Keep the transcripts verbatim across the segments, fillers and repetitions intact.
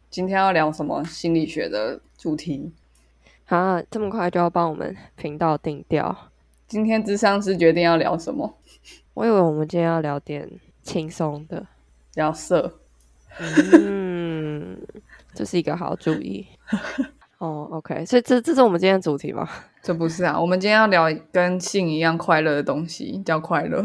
今天要聊什么心理学的主题？ 啊，这么快就要帮我们频道定调？ 今天諮商师决定要聊什么？ 我以为我们今天要聊点轻松的。 聊色。 嗯，这是一个好主意。哦、oh, ，OK， 所以这这是我们今天的主题吗？ 这不是啊，我们今天要聊跟性一样快乐的东西，叫快乐。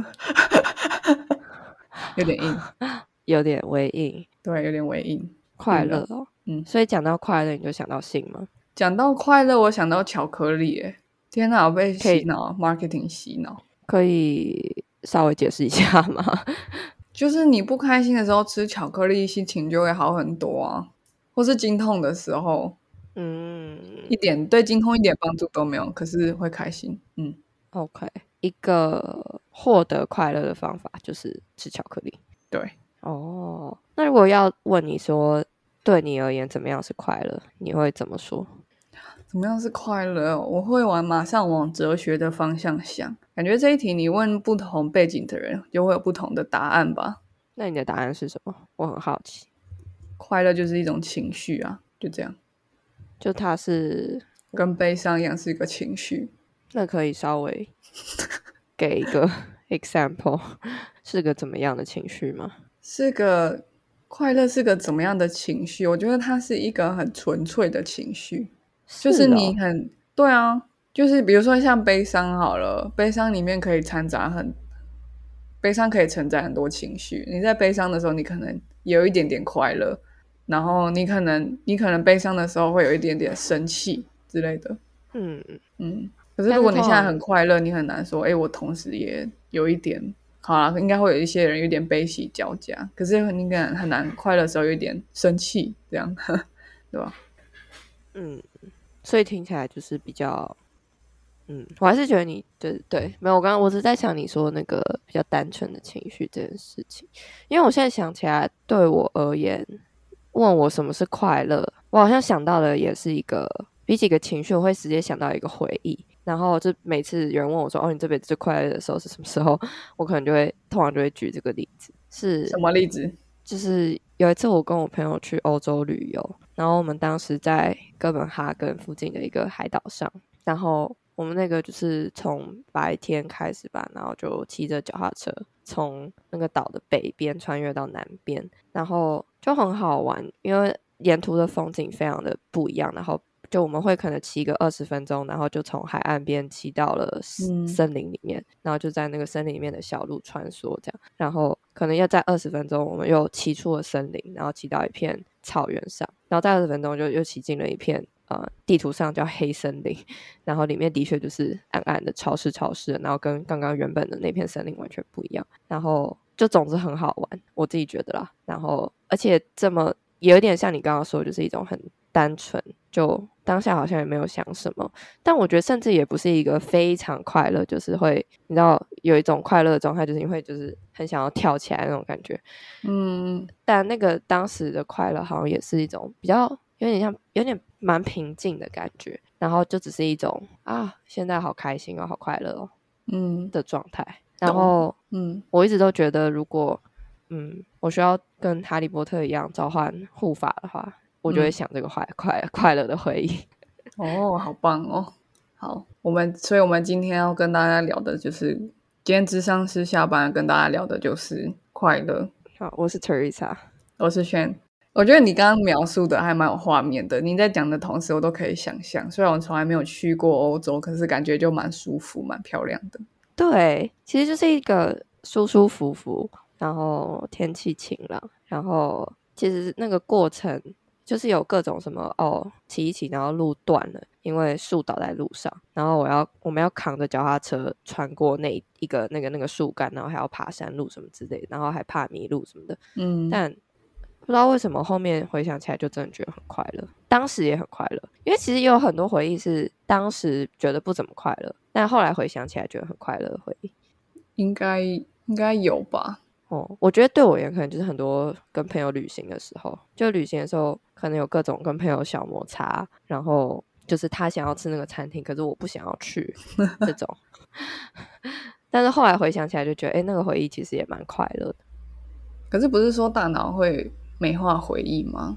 有点硬， 有点微硬。 对，有点微硬。 快乐哦， 嗯， 所以讲到快乐，你就想到性吗？ 讲到快乐，我想到巧克力，耶！天哪，我被洗脑 ，marketing 洗脑。 可以稍微解释一下吗？ 就是你不开心的时候吃巧克力，心情就会好很多啊。或是经痛的时候， 嗯， 一点对经痛一点帮助都没有，可是会开心。嗯 OK，一个获得快乐的方法就是吃巧克力。 对。 哦，那如果要问你说，对你而言怎么样是快乐，你会怎么说？ 怎么样是快乐？我会往马上往哲学的方向想，感觉这一题你问不同背景的人，就会有不同的答案吧。 那你的答案是什么？我很好奇。 快乐就是一种情绪啊，就这样， 就它是跟悲伤一样是一个情绪。 那可以稍微给一个 example， 是个怎么样的情绪吗？ 是个快乐是个怎么样的情绪？我觉得它是一个很纯粹的情绪， 是就是哦， 你很对啊，就是比如说像悲伤好了，悲伤里面可以掺杂很悲伤可以承载很多情绪。你在悲伤的时候，你可能有一点点快乐，然后你可能你可能悲伤的时候会有一点点生气之类的。 嗯嗯，可是如果你现在很快乐，你很难说，哎，我同时也有一点，好啦，应该会有一些人有点悲喜交加，可是你可能很难快乐的时候有一点生气，这样，对吧？ 嗯，所以听起来就是比较，嗯，我还是觉得你对对，没有，我刚刚我是在想你说那个比较单纯的情绪这件事情，因为我现在想起来，对我而言，问我什么是快乐，我好像想到的也是一个，比起一个情绪，我会直接想到一个回忆。然后就每次有人问我说：“哦，你这辈子最快乐的时候是什么时候？”我可能就会通常就会举这个例子，是什么例子？ 就是有一次我跟我朋友去欧洲旅游，然后我们当时在哥本哈根附近的一个海岛上，然后我们那个就是从白天开始吧，然后就骑着脚踏车从那个岛的北边穿越到南边，然后就很好玩，因为沿途的风景非常的不一样，然后就我们会可能骑个二十分钟，然后就从海岸边骑到了森林里面，嗯、然后就在那个森林里面的小路穿梭这样，然后可能要在二十分钟，我们又骑出了森林，然后骑到一片草原上，然后在二十分钟就又骑进了一片呃地图上叫黑森林，然后里面的确就是暗暗的、潮湿潮湿的，然后跟刚刚原本的那片森林完全不一样，然后就总之很好玩，我自己觉得啦，然后而且这么有一点像你刚刚说，就是一种很单纯，就当下好像也没有想什么，但我觉得甚至也不是一个非常快乐，就是会你知道有一种快乐的状态，就是你会就是很想要跳起来那种感觉。 嗯， 但那个当时的快乐好像也是一种比较有点像有点蛮平静的感觉，然后就只是一种啊现在好开心哦，好快乐哦，嗯的状态。然后嗯，我一直都觉得如果嗯我需要跟哈利波特一样召唤护法的话，我就会想这个快快快乐的回忆。 哦，好棒哦！好，我们所以我们今天要跟大家聊的就是今天諮商師下班跟大家聊的就是快乐。 好，我是 Teresa， 我是轩。我觉得你刚刚描述的还蛮有画面的，你在讲的同时我都可以想象，虽然我从来没有去过欧洲，可是感觉就蛮舒服蛮漂亮的。 对，其实就是一个舒舒服服，然后天气晴朗，然后其实那个过程就是有各种什么哦，骑一骑然后路断了，因为树倒在路上，然后我要我们要扛着脚踏车穿过那一个那个那个树干，然后还要爬山路什么之类的，然后还怕迷路什么的，嗯，但不知道为什么后面回想起来就真的觉得很快乐，当时也很快乐，因为其实也有很多回忆是当时觉得不怎么快乐，但后来回想起来觉得很快乐的回忆， 应该应该有吧。 哦，我觉得对我而言可能就是很多跟朋友旅行的时候，就旅行的时候可能有各种跟朋友小摩擦，然后就是他想要吃那个餐厅，可是我不想要去这种但是后来回想起来就觉得哎，那个回忆其实也蛮快乐的。 可是不是说大脑会美化回忆吗？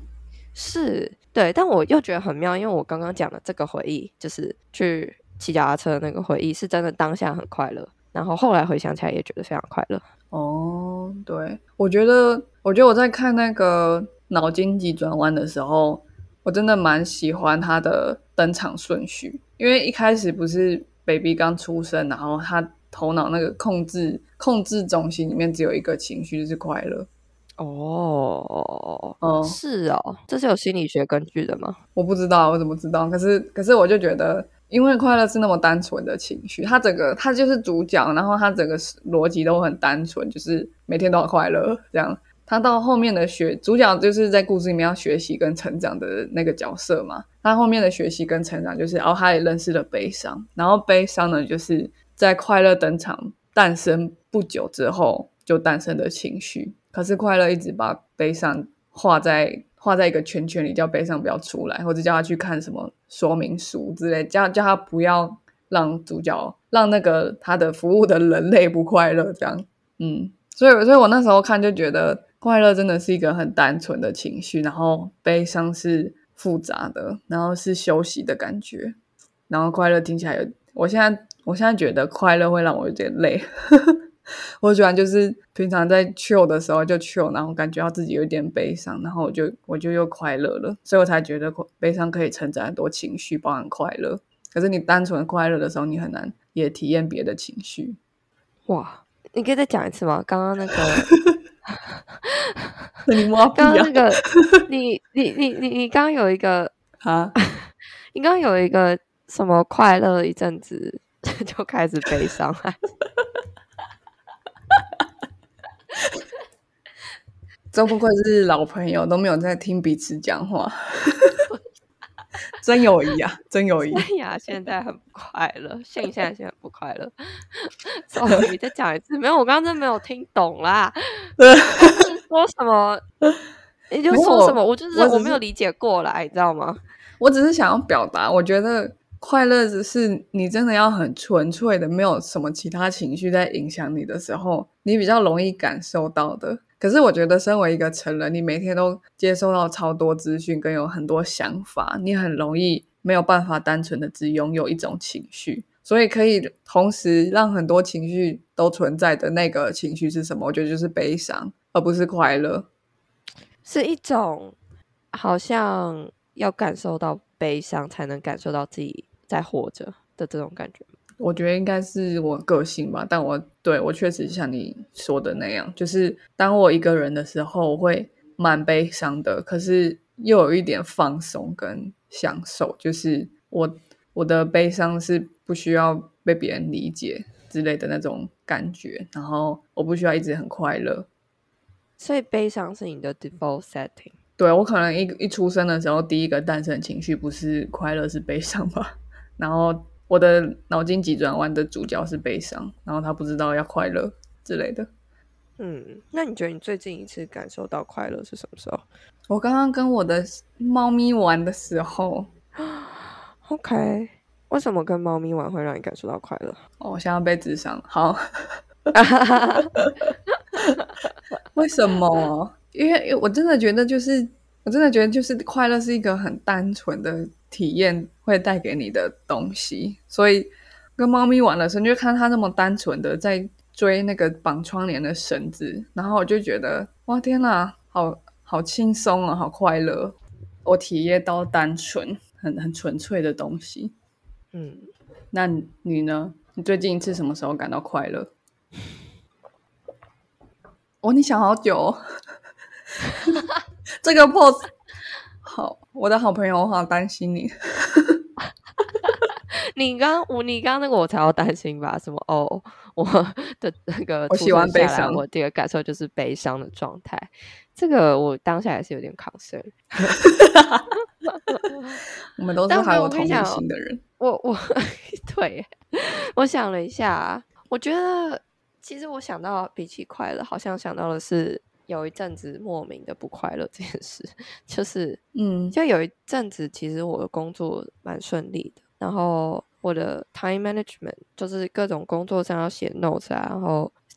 是，对，但我又觉得很妙，因为我刚刚讲的这个回忆，就是去骑脚踏车的那个回忆，是真的当下很快乐，然后后来回想起来也觉得非常快乐。 哦，对，我觉得，我觉得我在看那个脑筋急转弯的时候，我真的蛮喜欢他的登场顺序，因为一开始不是 baby 刚出生，然后他头脑那个控制控制中心里面只有一个情绪，就是快乐。 哦， 哦、 是哦，这是有心理学根据的吗？ 我不知道，我怎么知道？可是，可是我就觉得，因为快乐是那么单纯的情绪，他整个他就是主角，然后他整个逻辑都很单纯，就是每天都要快乐这样。他到后面的学主角就是在故事里面要学习跟成长的那个角色嘛，他后面的学习跟成长就是，哦，他也认识了悲伤，然后悲伤呢，就是在快乐登场诞生不久之后就诞生的情绪，可是快乐一直把悲伤画在画在一个圈圈里，叫悲伤不要出来，或者叫他去看什么说明书之类，叫叫他不要让主角让那个他的服务的人类不快乐，这样，嗯，所以所以我那时候看就觉得，快乐真的是一个很单纯的情绪，然后悲伤是复杂的，然后是休息的感觉，然后快乐听起来有，我现在我现在觉得快乐会让我有点累。我喜欢就是平常在 chill 的时候就 chill， 然后感觉到自己有点悲伤，然后我就我就又快乐了，所以我才觉得悲伤可以承载很多情绪，包含快乐。可是你单纯快乐的时候，你很难也体验别的情绪。 哇，你可以再讲一次吗？刚刚那个， 你摸屁啊！ 刚刚那个，你你你你你刚刚有一个啊， 你刚刚有一个什么快乐一阵子就开始悲伤了。 真不愧是老朋友，都没有在听彼此讲话，真友谊啊，真友谊。 圣雅现在很不快乐，信现在现在很不快乐。sorry， 再讲一次，没有，我刚刚真的没有听懂啦。你说什么？你就说什么？我就是我没有理解过来，你知道吗？ 我只是想要表达，我觉得快乐只是你真的要很纯粹的，没有什么其他情绪在影响你的时候，你比较容易感受到的。可是我觉得身为一个成人，你每天都接收到超多资讯跟有很多想法，你很容易没有办法单纯的只拥有一种情绪，所以可以同时让很多情绪都存在的那个情绪是什么？我觉得就是悲伤，而不是快乐。 是一种好像要感受到悲伤才能感受到自己在活着的这种感觉。 我觉得应该是我个性吧，但我对我确实像你说的那样，就是当我一个人的时候会蛮悲伤的，可是又有一点放松跟享受，就是我我的悲伤是不需要被别人理解之类的那种感觉，然后我不需要一直很快乐。 所以悲伤是你的 default setting。 对，我可能一一出生的时候第一个诞生的情绪不是快乐是悲伤吧，然后我的脑筋急转弯的主角是悲伤，然后他不知道要快乐之类的。 嗯，那你觉得你最近一次感受到快乐是什么时候？ 我刚刚跟我的猫咪玩的时候。 OK， 为什么跟猫咪玩会让你感受到快乐？ 哦，我现在被智商好。为什么？因为我真的觉得就是我真的觉得就是快乐是一个很单纯的体验会带给你的东西，所以跟猫咪玩的时候，你就看它那么单纯的在追那个绑窗帘的绳子，然后我就觉得哇天哪，好好轻松啊，好快乐，我体验到单纯很很纯粹的东西。 嗯， 那你呢？你最近一次什么时候感到快乐？哦，你想好久哦。这个 pose 好，我的好朋友，我好担心你。 你刚我你刚刚那个我才要担心吧？什么哦，我的那个我喜欢悲伤， 我第一个感受就是悲伤的状态。这个我当下还是有点 concern。 我们都是还有同理心的人。 我我对，我想了一下，我觉得其实我想到比起快乐，好像想到的是有一阵子莫名的不快乐这件事，就是嗯，就有一阵子其实我的工作蛮顺利的，然后我的 time management 就是各种工作上要写 notes 啊，然后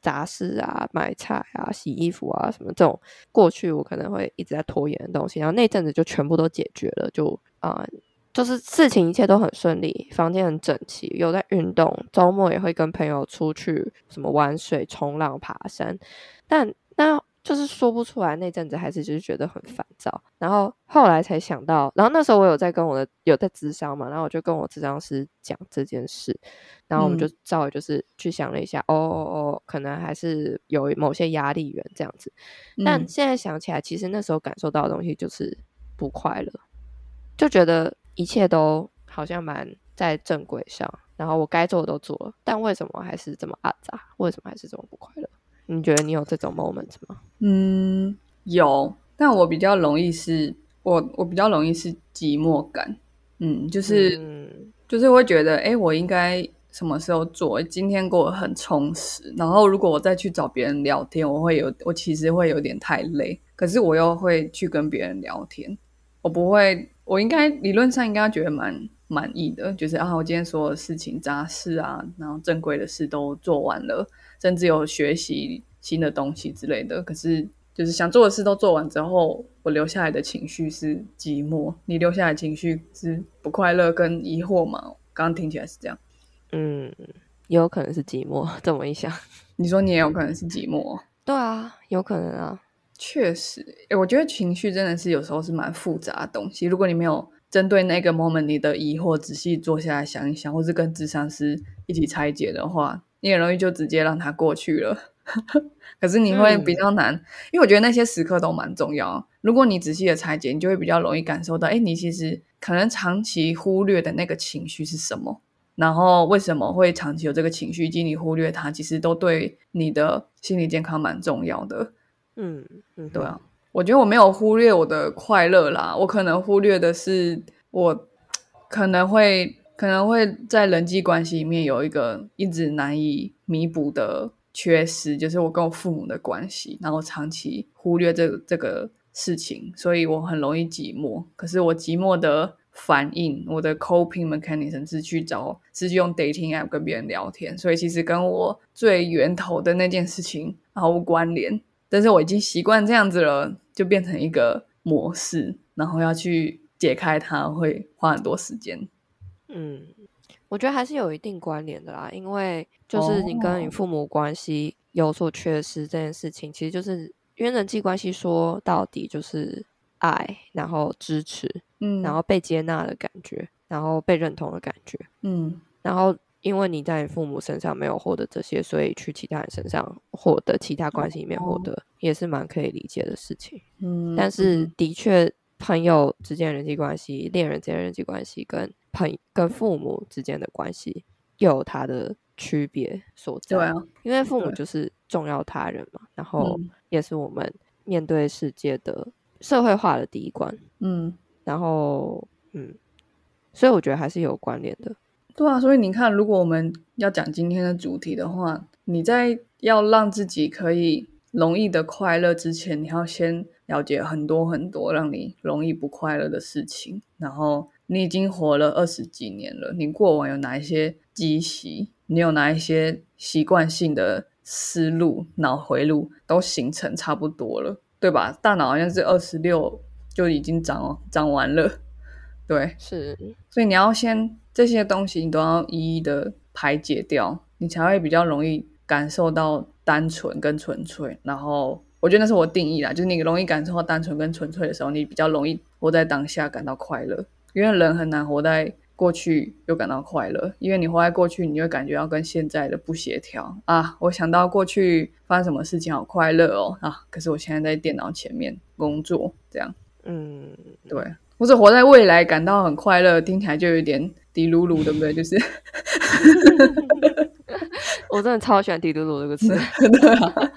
杂事啊、买菜啊、洗衣服啊什么这种过去我可能会一直在拖延的东西，然后那阵子就全部都解决了，就啊、呃，就是事情一切都很顺利，房间很整齐，有在运动，周末也会跟朋友出去什么玩水、冲浪、爬山，但那就是说不出来，那阵子还是就是觉得很烦躁，然后后来才想到，然后那时候我有在跟我的有在咨商嘛，然后我就跟我咨商师讲这件事，然后我们就稍微就是去想了一下，嗯、哦哦哦，可能还是有某些压力源这样子，但现在想起来，其实那时候感受到的东西就是不快乐，就觉得一切都好像蛮在正轨上，然后我该做的都做了，但为什么还是这么阿杂？为什么还是这么不快乐？你觉得你有这种 moment 吗？ 嗯，有，但我比较容易是，我我比较容易是寂寞感，嗯，就是、嗯、就是会觉得，哎，我应该什么时候做？今天过得很充实，然后如果我再去找别人聊天，我会有，我其实会有点太累，可是我又会去跟别人聊天，我不会，我应该理论上应该觉得蛮满意的，就是啊，我今天所有的事情杂事啊，然后正规的事都做完了。甚至有学习新的东西之类的，可是就是想做的事都做完之后，我留下来的情绪是寂寞。你留下来的情绪是不快乐跟疑惑吗？刚刚听起来是这样。 嗯，也有可能是寂寞，这么一想。 你说你也有可能是寂寞？ 对啊，有可能啊。 确实，欸，我觉得情绪真的是有时候是蛮复杂的东西。如果你没有针对那个 moment 你的疑惑仔细坐下来想一想，或是跟諮商師一起拆解的话，你很容易就直接让它过去了。可是你会比较难，嗯、因为我觉得那些时刻都蛮重要。如果你仔细的拆解，你就会比较容易感受到，哎，你其实可能长期忽略的那个情绪是什么，然后为什么会长期有这个情绪，以及你忽略它，其实都对你的心理健康蛮重要的。嗯嗯，对啊，我觉得我没有忽略我的快乐啦，我可能忽略的是我可能会可能会在人际关系里面有一个一直难以弥补的缺失，就是我跟我父母的关系，然后长期忽略这个这个事情，所以我很容易寂寞。可是我寂寞的反应，我的 coping mechanism 是去找是去用 dating app 跟别人聊天，所以其实跟我最源头的那件事情毫无关联。但是我已经习惯这样子了，就变成一个模式，然后要去解开它会花很多时间。 嗯，我觉得还是有一定关联的啦，因为就是你跟你父母关系有所缺失这件事情，哦、其实就是因为人际关系说到底就是爱，然后支持，嗯，然后被接纳的感觉，然后被认同的感觉，嗯，然后因为你在你父母身上没有获得这些，所以去其他人身上获得，其他关系里面获得，哦、也是蛮可以理解的事情。嗯，但是的确，朋友之间的人际关系、恋人之间的人际关系跟朋跟父母之间的关系，又有它的区别所在。对啊，因为父母就是重要他人嘛，然后也是我们面对世界的社会化的第一关。嗯，然后嗯，所以我觉得还是有关联的。 对啊，所以你看，如果我们要讲今天的主题的话，你在要让自己可以容易的快乐之前，你要先了解很多很多让你容易不快乐的事情。然后你已经活了二十几年了，你过往有哪一些积习，你有哪一些习惯性的思路、脑回路都形成差不多了，对吧？大脑好像是二十六就已经长长完了，对， 是， 所以你要先这些东西你都要一一的排解掉，你才会比较容易感受到单纯跟纯粹。然后我觉得那是我定义啦，就是你容易感受到单纯跟纯粹的时候，你比较容易活在当下感到快乐。因为人很难活在过去又感到快乐，因为你活在过去，你会感觉到跟现在的不协调啊。我想到过去发生什么事情好快乐哦啊，可是我现在在电脑前面工作，这样，嗯，对。或者活在未来感到很快乐，听起来就有点滴噜噜，对不对？就是我真的超喜欢滴噜噜这个词。 对啊，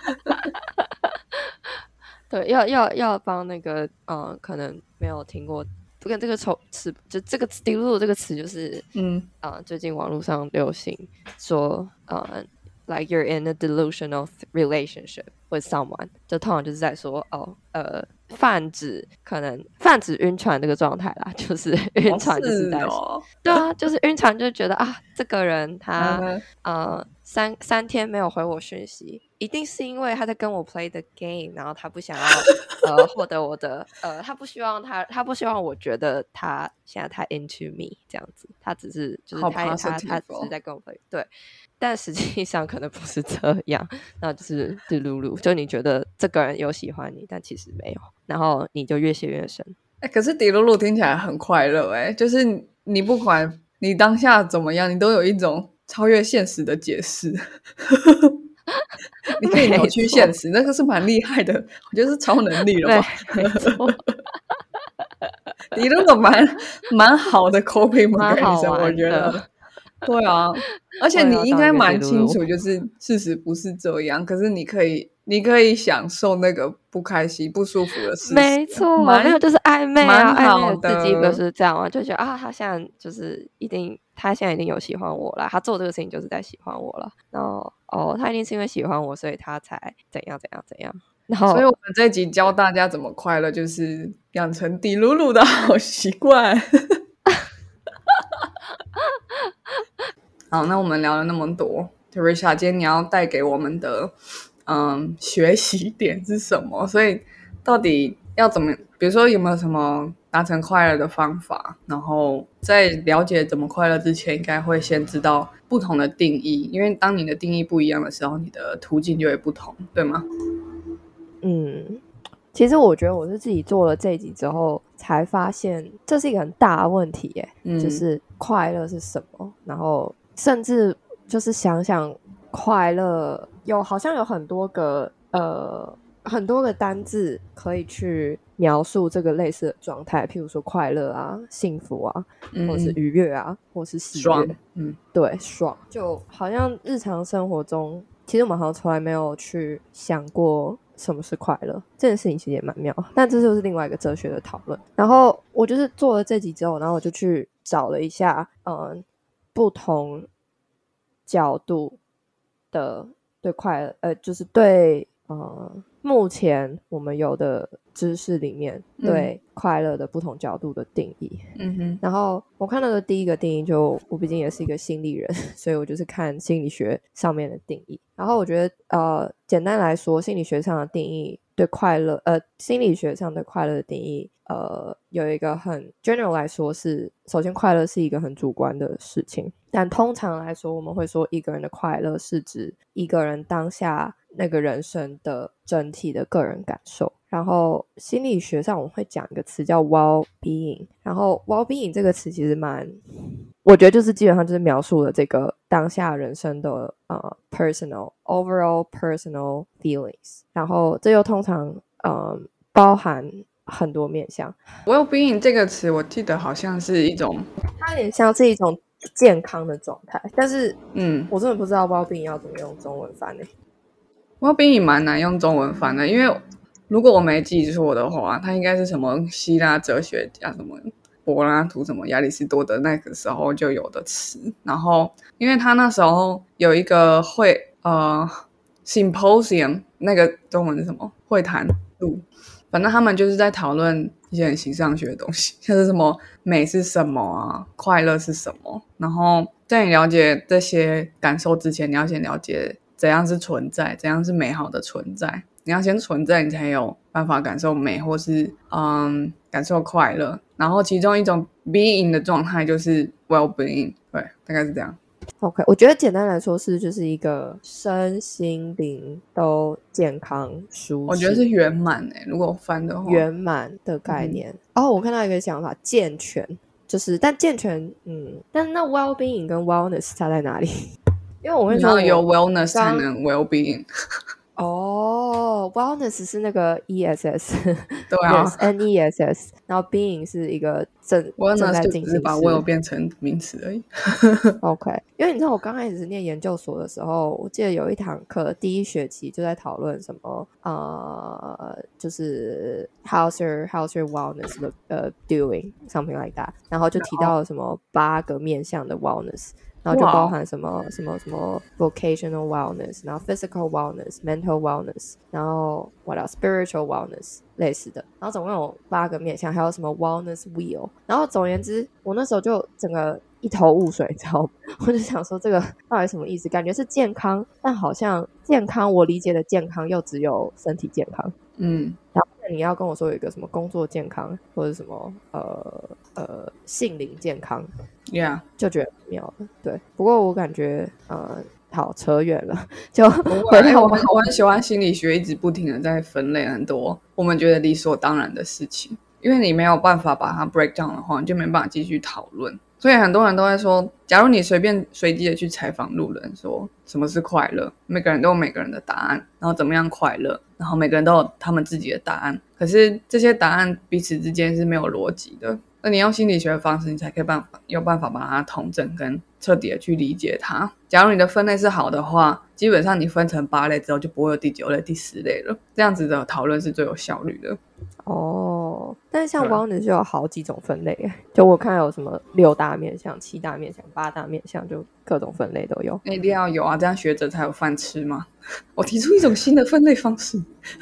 对，要要要帮那个呃，可能没有听过这个这个词，就这个滴噜噜这个词，就是嗯啊、呃，最近网络上流行说呃 ，like you're in a delusional relationship with someone， 就通常就是在说哦呃。泛指可能泛指晕船这个状态啦，就是晕船就是在说、哦、对啊，就是晕船就觉得啊，这个人他、嗯、呃三三天没有回我讯息，一定是因为他在跟我 play the game， 然后他不想要呃获得我的呃，他不希望他他不希望我觉得他现在太 into me 这样子，他只是就是他他他他只是在跟我 play 对，但实际上可能不是这样，那就是是露露，就你觉得这个人有喜欢你，但其实没有，然后你就越陷越深。 哎、欸，可是迪露露听起来很快乐哎、欸，就是你不管你当下怎么样，你都有一种超越现实的解释，你可以扭曲现实，那个是蛮厉害的，我觉得是超能力了吧？ 没错， 迪露露蛮蛮好的 coping mechanism，我觉得。对啊，而且你应该蛮清楚，就是事实不是这样，可是你可以，你可以享受那个不开心、不舒服的事实。 没错，没有就是暧昧啊，暧昧的自己不是这样啊，就觉得啊，他现在就是一定，他现在一定有喜欢我啦，他做这个事情就是在喜欢我了。然后哦，他一定是因为喜欢我，所以他才怎样怎样怎样。然后， 所以我们这一集教大家怎么快乐，就是养成迪露露的好习惯。好，那我们聊了那么多 Teresa 今天你要带给我们的嗯学习点是什么？所以到底要怎么，比如说有没有什么达成快乐的方法，然后在了解怎么快乐之前，应该会先知道不同的定义，因为当你的定义不一样的时候，你的途径就会不同，对吗？ 嗯，其实我觉得我是自己做了这一集之后才发现这是一个很大的问题耶、嗯、就是快乐是什么，然后甚至就是想想快乐有好像有很多个呃很多个单字可以去描述这个类似的状态，譬如说快乐啊、幸福啊、嗯、或是愉悦啊，或是喜悦，嗯，对，爽，就好像日常生活中其实我们好像从来没有去想过什么是快乐，这件事情其实也蛮妙，但这就是另外一个哲学的讨论。然后我就是做了这集之后，然后我就去找了一下嗯不同角度的对快乐呃就是对呃目前我们有的知识里面对快乐的不同角度的定义。嗯哼，然后我看到的第一个定义，就我毕竟也是一个心理人，所以我就是看心理学上面的定义。然后我觉得呃简单来说，心理学上的定义对快乐呃心理学上对快乐的定义呃有一个很 general 来说是，首先快乐是一个很主观的事情，但通常来说我们会说一个人的快乐是指一个人当下那个人生的整体的个人感受。然后心理学上我们会讲一个词叫 well-being， 然后 well-being 这个词其实蛮我觉得就是基本上就是描述了这个当下人生的呃 personal overall personal feelings， 然后这又通常呃包含很多面向。 well-being 这个词我记得好像是一种， 它有点像是一种健康的状态，但是嗯，我真的不知道 well-being 要怎么用中文翻欸。 well-being 蛮难用中文翻的，因为如果我没记错的话，它应该是什么希腊哲学家什么柏拉图什么亚里士多德那个时候就有的词，然后因为他那时候有一个会呃 symposium， 那个中文是什么会谈录，反正他们就是在讨论一些很形上学的东西，像是什么美是什么啊，快乐是什么，然后在你了解这些感受之前，你要先了解怎样是存在，怎样是美好的存在，你要先存在，你才有办法感受美，或是嗯感受快乐。然后其中一种 being 的状态就是 well-being， 对，大概是这样。 OK， 我觉得简单来说是就是一个身心灵都健康舒适， 我觉得是圆满诶，如果翻的话， 圆满的概念。哦、嗯， oh, 我看到一个想法，健全，就是但健全，嗯，但那 well-being 跟 wellness 差在哪里？因为我会说有 wellness 才能 well-being。 哦、oh, wellness 是那个 E S S， 对啊 yes, N E S S， 然后 being 是一个正正在进行式， wellness 就只是把 well 变成名词而已。 OK， 因为你知道我刚开始念研究所的时候，我记得有一堂课第一学期就在讨论什么呃，就是 how's your how's your wellness 的呃 doing something like that， 然后就提到了什么八个面向的 wellness，然后就包含什么、wow. 什么什么 vocational wellness， 然后 physical wellness， mental wellness， 然后 what else spiritual wellness 类似的，然后总共有八个面向，还有什么 wellness wheel， 然后总而言之我那时候就整个一头雾水，你知道吗？我就想说这个到底什么意思？感觉是健康，但好像健康我理解的健康又只有身体健康。 嗯， 然后你要跟我说有一个什么工作健康或者什么呃呃性灵健康 Yeah， 就觉得很妙了。对，不过我感觉呃好扯远了，就回来我很我很喜欢心理学，一直不停的在分类很多我们觉得理所当然的事情，因为你没有办法把它 break down 的话，你就没办法继续讨论。所以很多人都会说，假如你随便随机的去采访路人，说什么是快乐，每个人都有每个人的答案，然后怎么样快乐，然后每个人都有他们自己的答案，可是这些答案彼此之间是没有逻辑的。那你用心理学的方式，你才可以办法有办法把它统整跟彻底的去理解它。假如你的分类是好的话，基本上你分成八类之后就不会有第九类、第十类了。这样子的讨论是最有效率的。 哦，但是像 wellness 就有好几种分类，就我看有什么六大面向、七大面向、八大面向，就各种分类都有。 那一定要有啊，这样学者才有饭吃嘛。我提出一种新的分类方式。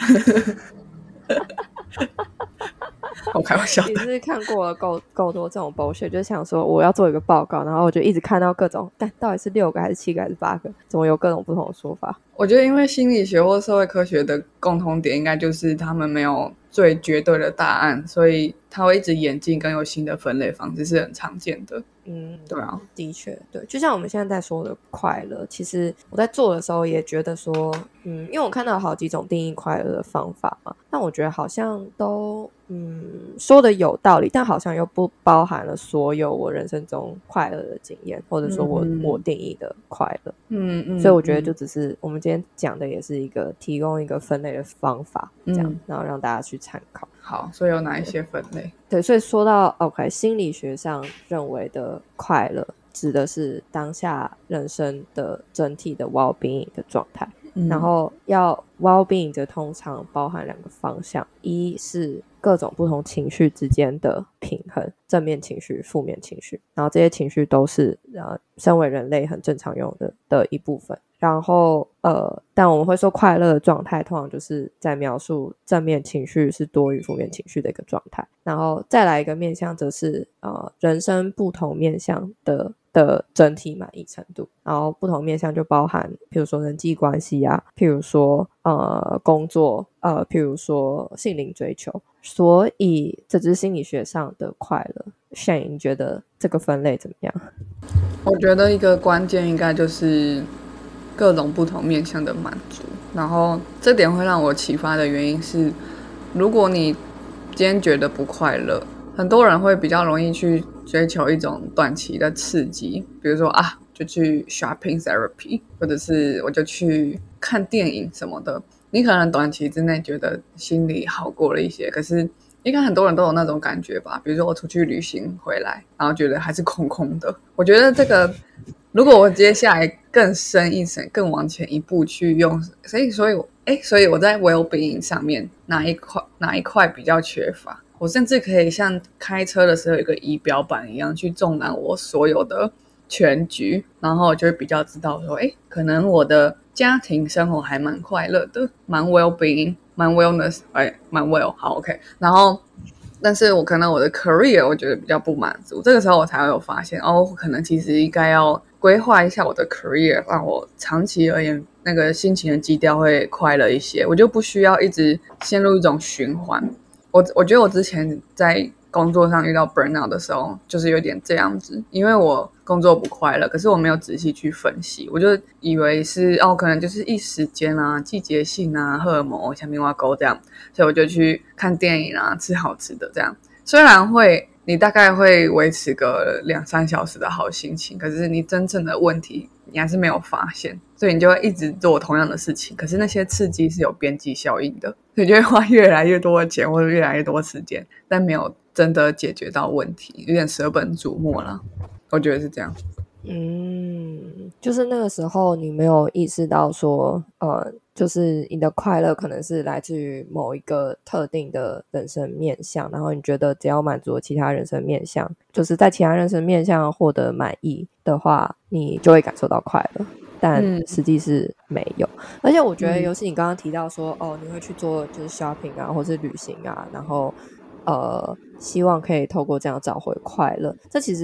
我开玩笑的。 你是看过了够够多这种 bullshit， 就想说我要做一个报告，然后我就一直看到各种，但到底是六个还是七个还是八个，怎么有各种不同的说法？ 我觉得因为心理学或社会科学的共同点应该就是他们没有最绝对的答案，所以它会一直演进，更有新的分类方式是很常见的。 嗯， 对啊， 的确，对，就像我们现在在说的快乐，其实我在做的时候也觉得说，嗯，因为我看到好几种定义快乐的方法嘛，但我觉得好像都，嗯，说的有道理，但好像又不包含了所有我人生中快乐的经验，或者说我、嗯、我定义的快乐， 嗯嗯， 所以我觉得就只是我们今天讲的也是一个提供一个分类的方法，这样，嗯、然后让大家去参考。 好，所以有哪一些分类？ 对，所以说到 OK， 心理学上认为的快乐，指的是当下人生的整体的 well-being 的状态。嗯、然后要 well-being 的通常包含两个方向，一是各种不同情绪之间的平衡，正面情绪、负面情绪，然后这些情绪都是呃身为人类很正常用的的一部分。然后呃，但我们会说快乐的状态通常就是在描述正面情绪是多于负面情绪的一个状态。然后再来一个面向则是呃人生不同面向的的整体满意程度，然后不同面向就包含譬如说人际关系啊，譬如说呃工作，呃譬如说心灵追求。所以这只是心理学上的快乐。Shane， 你觉得这个分类怎么样？ 我觉得一个关键应该就是各种不同面向的满足，然后这点会让我启发的原因是，如果你今天觉得不快乐，很多人会比较容易去追求一种短期的刺激，比如说啊，就去 shopping therapy， 或者是我就去看电影什么的。你可能短期之内觉得心里好过了一些，可是应该很多人都有那种感觉吧，比如说我出去旅行回来，然后觉得还是空空的。我觉得这个如果我接下来更深一层，更往前一步去用，所以所以我诶所以我在 well-being 上面哪一块哪一块比较缺乏，我甚至可以像开车的时候有一个仪表板一样去纵览我所有的全局，然后我就会比较知道说，诶可能我的家庭生活还蛮快乐的，蛮 well-being， 蛮 wellness， 哎，蛮 well， 好 OK。然后，但是我可能我的 career 我觉得比较不满足，这个时候我才会有发现，哦，可能其实应该要规划一下我的 career， 让我长期而言那个心情的基调会快乐一些，我就不需要一直陷入一种循环。我我觉得我之前在工作上遇到 burnout 的时候就是有点这样子，因为我工作不快乐，可是我没有仔细去分析，我就以为是哦，可能就是一时间啊、季节性啊、荷尔蒙像棉花沟这样，所以我就去看电影啊、吃好吃的这样。虽然会你大概会维持个两三小时的好心情，可是你真正的问题你还是没有发现，所以你就会一直做同样的事情，可是那些刺激是有边际效应的，所以就会花越来越多的钱或者越来越多时间，但没有真的解决到问题，有点舍本逐末啦，我觉得是这样。 嗯，就是那个时候你没有意识到说呃，就是你的快乐可能是来自于某一个特定的人生面向，然后你觉得只要满足其他人生面向，就是在其他人生面向获得满意的话，你就会感受到快乐，但实际是没有、嗯、而且我觉得尤其你刚刚提到说、嗯、哦，你会去做就是 shopping 啊或是旅行啊，然后呃，希望可以透过这样找回快乐，这其实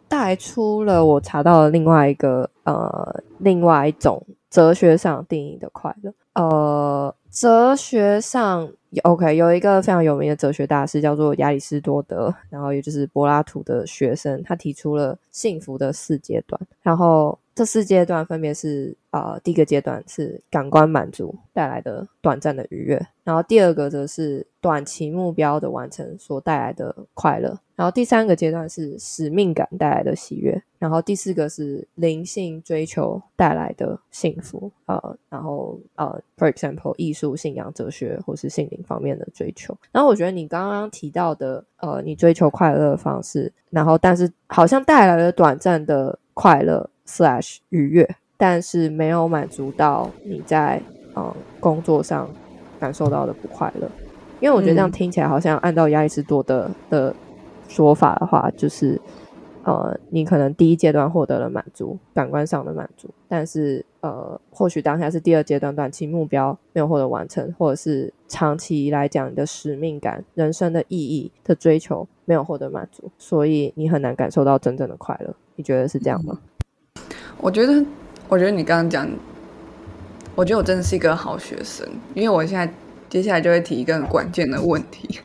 带出了我查到了另外一个呃另外一种哲学上定义的快乐。呃，哲学上 OK 有一个非常有名的哲学大师叫做亚里士多德，然后也就是柏拉图的学生，他提出了幸福的四阶段，然后这四阶段分别是呃，第一个阶段是感官满足带来的短暂的愉悦，然后第二个则是短期目标的完成所带来的快乐，然后第三个阶段是使命感带来的喜悦，然后第四个是灵性追求带来的幸福，呃，然后呃 for example 艺术、信仰、哲学或是心灵方面的追求。然后我觉得你刚刚提到的呃，你追求快乐的方式，然后但是好像带来了短暂的快乐 slash 愉悦，但是没有满足到你在呃工作上感受到的不快乐。因为我觉得这样听起来好像按照亚里士多德的说法的话，就是呃，你可能第一阶段获得了满足，感官上的满足，但是呃，或许当下是第二阶段短期目标没有获得完成，或者是长期来讲你的使命感、人生的意义的追求没有获得满足，所以你很难感受到真正的快乐。你觉得是这样吗？ 我觉得，我觉得你刚刚讲，我觉得我真的是一个好学生，因为我现在接下来就会提一个很关键的问题。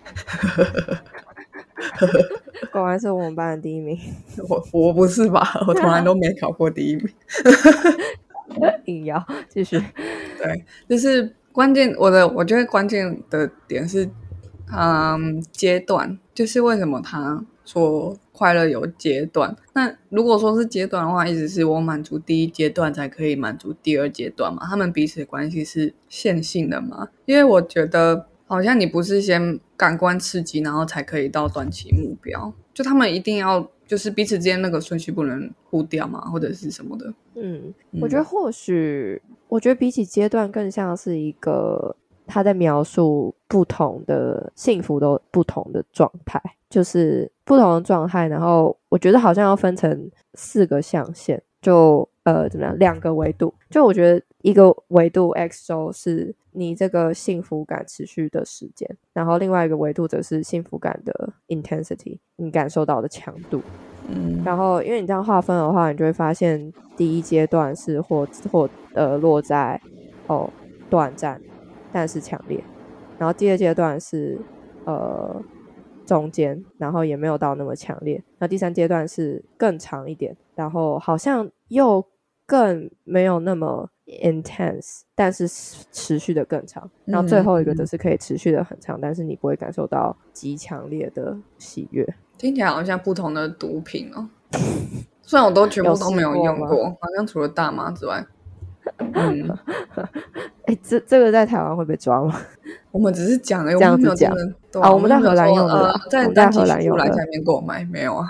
果然是我们班的第一名。 我我不是吧？我从来都没考过第一名。 硬要继续。 对，就是关键，我的我觉得关键的点是，嗯，阶段，就是为什么他说快乐有阶段？那如果说是阶段的话，意思是我满足第一阶段才可以满足第二阶段嘛？他们彼此的关系是线性的嘛？因为我觉得好像你不是先感官刺激，然后才可以到短期目标，就他们一定要就是彼此之间那个顺序不能互掉嘛，或者是什么的。 嗯，我觉得或许，我觉得比起阶段更像是一个他在描述不同的幸福的不同的状态，就是不同的状态，然后我觉得好像要分成四个象限，就呃怎么样，两个维度，就我觉得一个维度 X 轴是你这个幸福感持续的时间，然后另外一个维度则是幸福感的 intensity， 你感受到的强度。嗯，然后因为你这样划分的话，你就会发现第一阶段是或或呃落在哦短暂但是强烈，然后第二阶段是呃中间，然后也没有到那么强烈，那第三阶段是更长一点，然后好像又更没有那么 intense， 但是持续的更长，然后最后一个则是可以持续的很长，但是你不会感受到极强烈的喜悦。 听起来好像不同的毒品哦，虽然我都全部都没有用过， 过好像除了大麻之外。嗯， 哎，这这个在台湾会被抓吗？ 我们只是讲哎， 这样子讲啊， 我们在荷兰用的啦， 呃，在单体出来下面购买没有啊？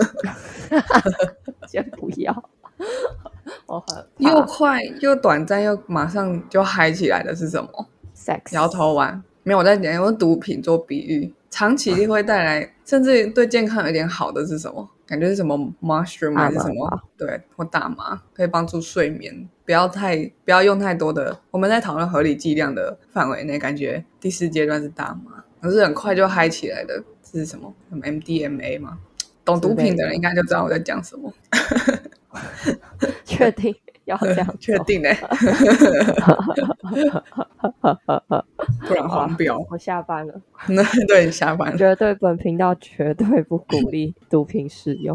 先不要。 又快又短暂又马上就嗨起来的是什么 ？sex 摇头丸。没有，我在讲用毒品做比喻，长期力会带来甚至对健康有点好的是什么？感觉是什么 mushroom 还是什么？对，或大麻可以帮助睡眠，不要太不要用太多的。我们在讨论合理剂量的范围内，感觉第四阶段是大麻，可是很快就嗨起来的是什么？什么 M D M A 吗？懂毒品的人应该就知道我在讲什么。 确定要这样？ 确定欸不然黄标。 我下班了。 对，下班了。 绝对本频道绝对不鼓励毒品使用。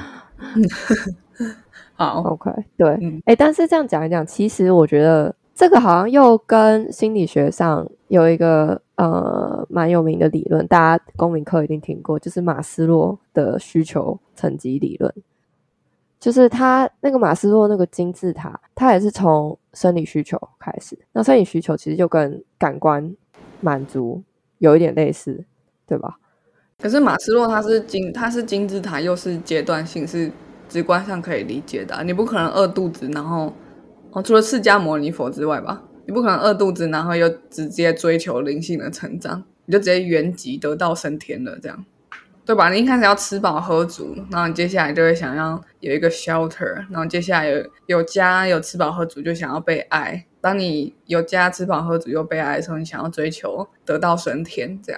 好 ，OK， 对，哎、 嗯欸，但是这样讲一讲，其实我觉得这个好像又跟心理学上有一个呃蛮有名的理论，大家公民课一定听过，就是马斯洛的需求层级理论。就是他那个马斯洛那个金字塔，他也是从生理需求开始。那生理需求其实就跟感官满足有一点类似，对吧？ 可是马斯洛他是金，他是金字塔，又是阶段性，是直观上可以理解的、啊。你不可能饿肚子，然后哦，除了释迦牟尼佛之外吧，你不可能饿肚子，然后又直接追求灵性的成长，你就直接原籍得道升天了，这样。对吧？你一开始要吃饱喝足，然后你接下来就会想要有一个 shelter， 然后接下来有有家有吃饱喝足，就想要被爱。当你有家吃饱喝足又被爱的时候，你想要追求得道升天，这样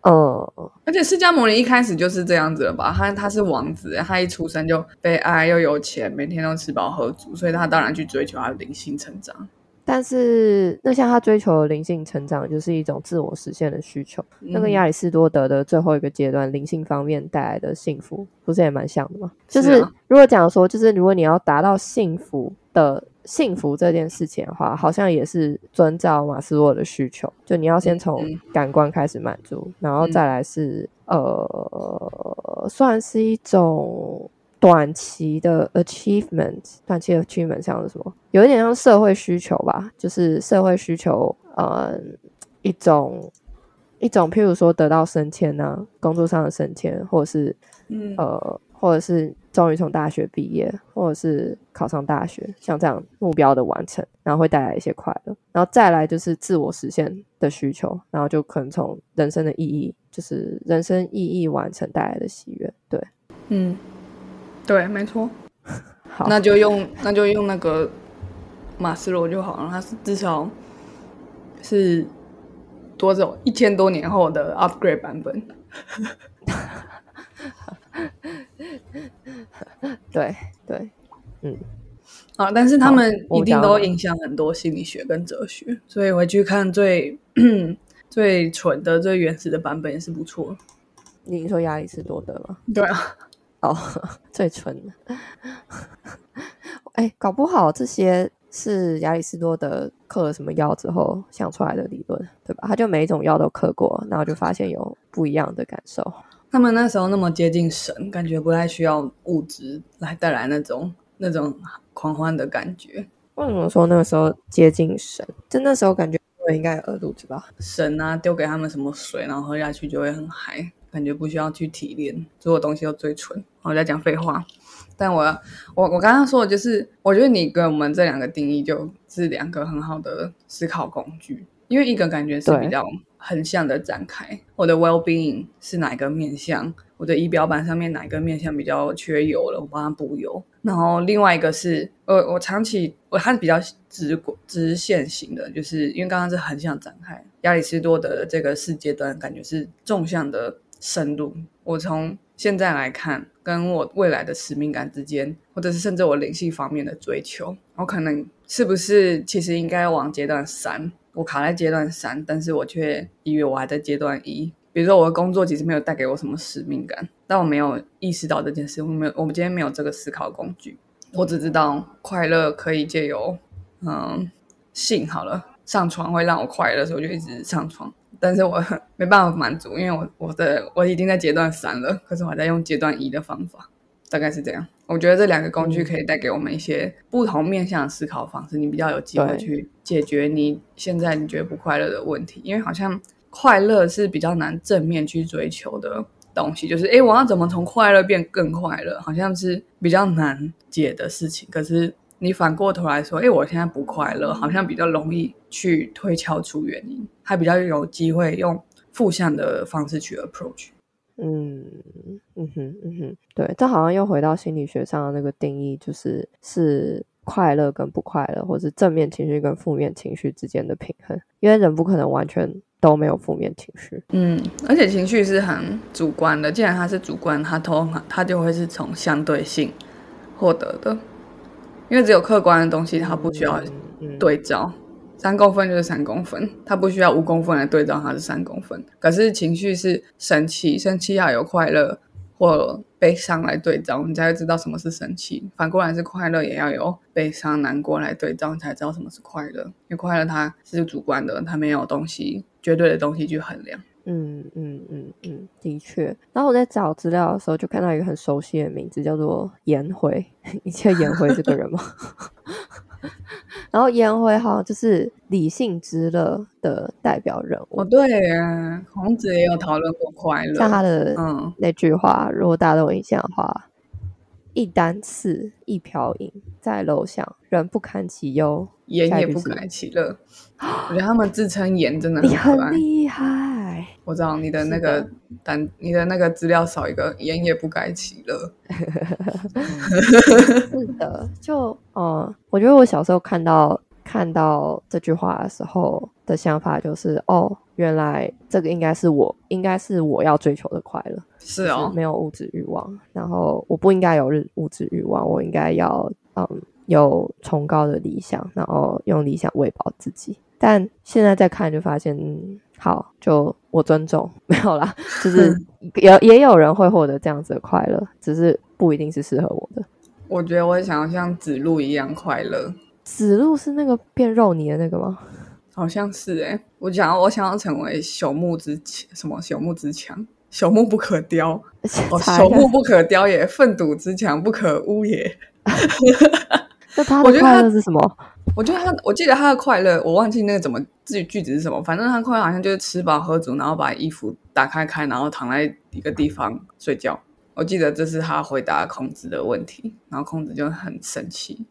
嗯， 而且释迦牟尼一开始就是这样子了吧？他他是王子，他一出生就被爱又有钱，每天都吃饱喝足，所以他当然去追求他的灵性成长。 但是那像他追求的灵性成长就是一种自我实现的需求，嗯、那跟亚里士多德的最后一个阶段灵性方面带来的幸福不是也蛮像的吗？就是如果讲说就是如果你要达到幸福的幸福这件事情的话，好像也是遵照马斯洛的需求，就你要先从感官开始满足、嗯、然后再来是、嗯、呃算是一种短期的 achievement， 短期的 achievement 像是什么？有一点像社会需求吧，就是社会需求，呃，一种一种，譬如说得到升迁啊，工作上的升迁，或者是、嗯、呃，或者是终于从大学毕业，或者是考上大学，像这样目标的完成，然后会带来一些快乐，然后再来就是自我实现的需求，然后就可能从人生的意义，就是人生意义完成带来的喜悦，对， 嗯。对，没错。好，那就用那就用那个马斯洛就好了，它是至少是多少一千多年后的 upgrade 版本。 对对，嗯， 啊，但是他们一定都影响很多心理学跟哲学，所以回去看最最纯的、最原始的版本也是不错。 你说亚里士多德吗？ 对啊。 哦，最纯的。哎，搞不好这些是亚里士多德嗑了什么药之后想出来的理论，对吧？他就每一种药都嗑过，然后就发现有不一样的感受。 他们那时候那么接近神，感觉不太需要物质来带来那种那种狂欢的感觉。 为什么说那个时候接近神？就那时候感觉应该有饿肚子吧？ 神啊，丢给他们什么水，然后喝下去就会很嗨。感觉不需要去提炼，所有东西都最纯。我在讲废话，但我我我刚刚说的就是，我觉得你跟我们这两个定义就是两个很好的思考工具，因为一个感觉是比较横向的展开，我的 well-being 是哪一个面向，我的仪表板上面哪一个面向比较缺油了，我帮它补油。然后另外一个是，呃，我长期我它是比较直直线型的，就是因为刚刚是横向展开，亚里士多德的这个世界端感觉是纵向的深入。我从现在来看，跟我未来的使命感之间，或者是甚至我灵性方面的追求，我可能是不是其实应该往阶段三，我卡在阶段三，但是我却以为我还在阶段一。比如说我的工作其实没有带给我什么使命感，但我没有意识到这件事，我没有，我们今天没有这个思考工具，我只知道快乐可以借由嗯性好了，上床会让我快乐，所以我就一直上床。但是我没办法满足，因为我我的我已经在阶段三了，可是我还在用阶段一的方法，大概是这样。我觉得这两个工具可以带给我们一些不同面向的思考方式，你比较有机会去解决你现在你觉得不快乐的问题，因为好像快乐是比较难正面去追求的东西，就是诶我要怎么从快乐变更快乐，好像是比较难解的事情。可是你反过头来说，诶我现在不快乐，好像比较容易去推敲出原因，还比较有机会用负向的方式去 approach。 嗯嗯哼嗯哼，对，这好像又回到心理学上的那个定义，就是是快乐跟不快乐，或是正面情绪跟负面情绪之间的平衡，因为人不可能完全都没有负面情绪。 嗯，而且情绪是很主观的，既然它是主观，它通它就会是从相对性获得的，因为只有客观的东西它不需要对照，三公分就是三公分，它不需要五公分来对照它是三公分。可是情绪是生气，生气要有快乐或悲伤来对照，你才会知道什么是生气。反过来是快乐也要有悲伤难过来对照，你才知道什么是快乐。因为快乐它是主观的，它没有东西绝对的东西去衡量。 嗯嗯嗯嗯，的确。然后我在找资料的时候就看到一个很熟悉的名字，叫做颜回。你记得颜回这个人吗？然后颜回好像就是理性之乐的代表人物。 哦，对耶，孔子也有讨论过快乐， 像他的那句话、嗯、如果大家都有印象的话，一箪食，一瓢饮，在陋巷，人不堪其忧， 言也不改其乐。我觉得他们自称言真的很可爱。 你很厉害。 我知道你的那个单，你的那个资料少一个，言也不改其乐。 是的，就嗯，我觉得我小时候看到看到这句话的时候的想法就是，哦， 原来这个应该是我应该是我要追求的快乐， 是哦， 就是没有物质欲望，然后我不应该有物质欲望，我应该要嗯有崇高的理想，然后用理想喂饱自己。但现在再看就发现，嗯，好，就我尊重，没有啦，就是也也有人会获得这样子的快乐，只是不一定是适合我的。 我觉得我想要像子路一样快乐。 子路是那个变肉泥的那个吗？ 好像是哎、欸，我想要我想要成为朽木之什么朽木之墙，朽木不可雕哦，朽木不可雕也，粪土之墙不可污也。 那他的快乐是什么？ 我觉得他，我记得他的快乐，我忘记那个怎么句句子是什么，反正他快乐好像就是吃饱喝足，然后把衣服打开开，然后躺在一个地方睡觉。我记得这是他回答孔子的问题，然后孔子就很生气。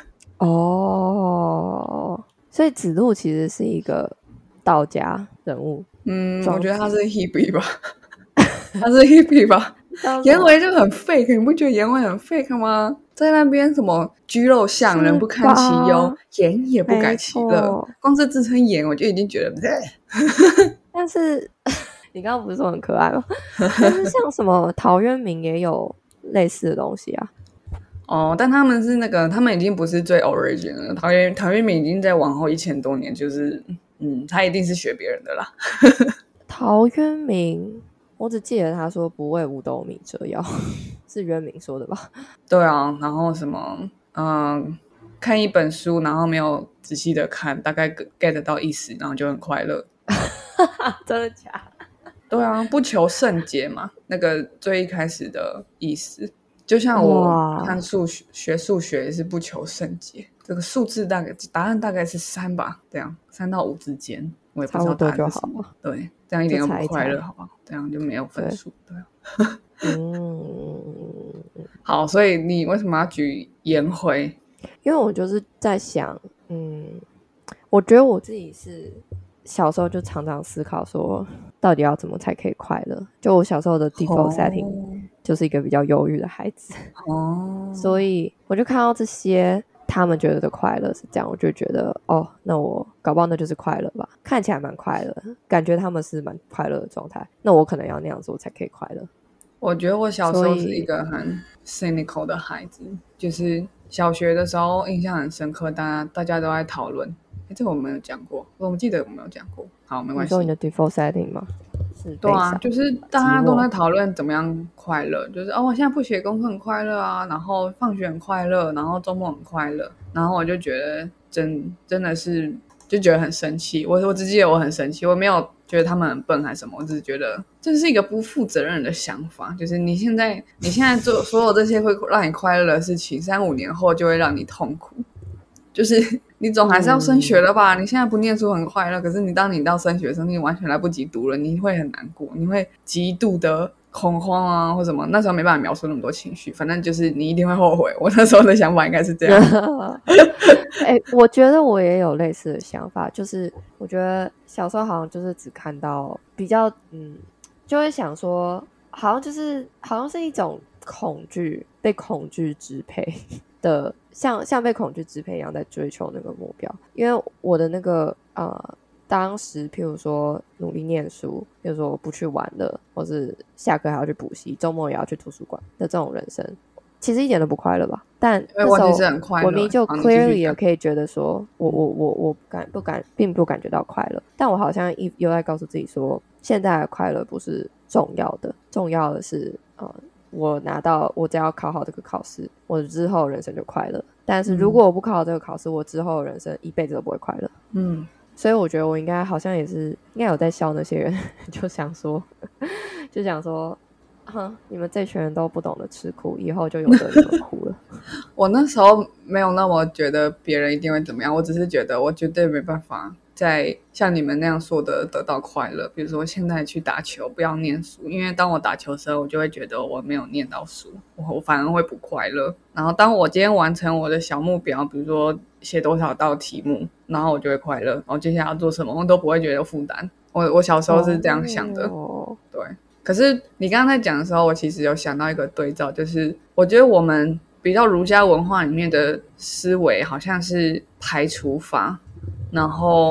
哦，所以子路其实是一个道家人物。 嗯，我觉得他是 Hebe 吧，他是 Hebe 吧。颜回就很 fake， 你不觉得颜回很 fake 吗？在那边什么居肉相，人不堪其忧，颜也不改其乐。光是自称颜，我就已经觉得。 但是你刚刚不是说很可爱吗？但是像什么陶渊明也有类似的东西啊。 哦，但他们是那个，他们已经不是最 origin 了。陶渊陶渊明已经在往后一千多年，就是嗯，他一定是学别人的啦。 陶渊明。我只记得他说不为五斗米折腰，是渊明说的吧？ 对啊，然后什么，嗯，看一本书，然后没有仔细的看，大概 get 到意思，然后就很快乐。 真的假的？ 对啊，不求甚解嘛，那个最一开始的意思，就像我看数学，学数学也是不求甚解。这个数字大概答案大概是三吧，这样三到五之间，我也不知道答案是什么。对，这样一点都不快乐，好不好？这样就没有分数。对啊。嗯，好，所以你为什么要举颜回？ 因为我就是在想，嗯，我觉得我自己是小时候就常常思考说，到底要怎么才可以快乐？就我小时候的 default setting、哦、就是一个比较忧郁的孩子，哦，所以我就看到这些。他们觉得的快乐是这样，我就觉得哦，那我搞不好那就是快乐吧，看起来蛮快乐，感觉他们是蛮快乐的状态，那我可能要那样做才可以快乐。 我觉得我小时候是一个很 cynical 的孩子，就是小学的时候印象很深刻，大家大家都在讨论，哎，这个我没有讲过，我记得我没有讲过，好，没关系。 你说你的 default setting 吗？是对啊，就是大家都在讨论怎么样快乐，就是哦，我现在不写功课很快乐啊，然后放学很快乐，然后周末很快乐，然后我就觉得真真的是就觉得很生气。我我只记得我很生气，我没有觉得他们很笨还是什么，我只是觉得这是一个不负责任的想法，就是你现在你现在做所有这些会让你快乐的事情，三五年后就会让你痛苦。就是你总还是要升学了吧、嗯、你现在不念书很快乐，可是你当你到升学的时候，你完全来不及读了，你会很难过，你会极度的恐慌啊或什么，那时候没办法描述那么多情绪，反正就是你一定会后悔。我那时候的想法应该是这样。 欸、我觉得我也有类似的想法，就是我觉得小时候好像就是只看到比较嗯，就会想说好像就是好像是一种恐惧，被恐惧支配的，像像被恐惧支配一样在追求那个目标。因为我的那个呃，当时譬如说努力念书，譬如说不去玩了，或是下课还要去补习，周末也要去图书馆的这种人生，其实一点都不快乐吧？但那时候我明明就 clearly 也可以觉得说，我我我我不感不感并不感觉到快乐，但我好像一又在告诉自己说，现在的快乐不是重要的，重要的是呃。我拿到我只要考好这个考试，我之后人生就快乐。但是如果我不考好这个考试、嗯、我之后人生一辈子都不会快乐。嗯，所以我觉得我应该好像也是应该有在笑那些人，就想说就想说哼，你们这群人都不懂得吃苦，以后就有的你们苦了。 我那时候没有那么觉得别人一定会怎么样，我只是觉得我绝对没办法在像你们那样说的得到快乐。比如说现在去打球不要念书，因为当我打球的时候我就会觉得我没有念到书， 我, 我反而会不快乐。然后当我今天完成我的小目标，比如说写多少道题目，然后我就会快乐，然后接下来要做什么我都不会觉得有负担。我我小时候是这样想的。哦，对。可是你刚刚在讲的时候，我其实有想到一个对照，就是我觉得我们比较儒家文化里面的思维好像是排除法，然后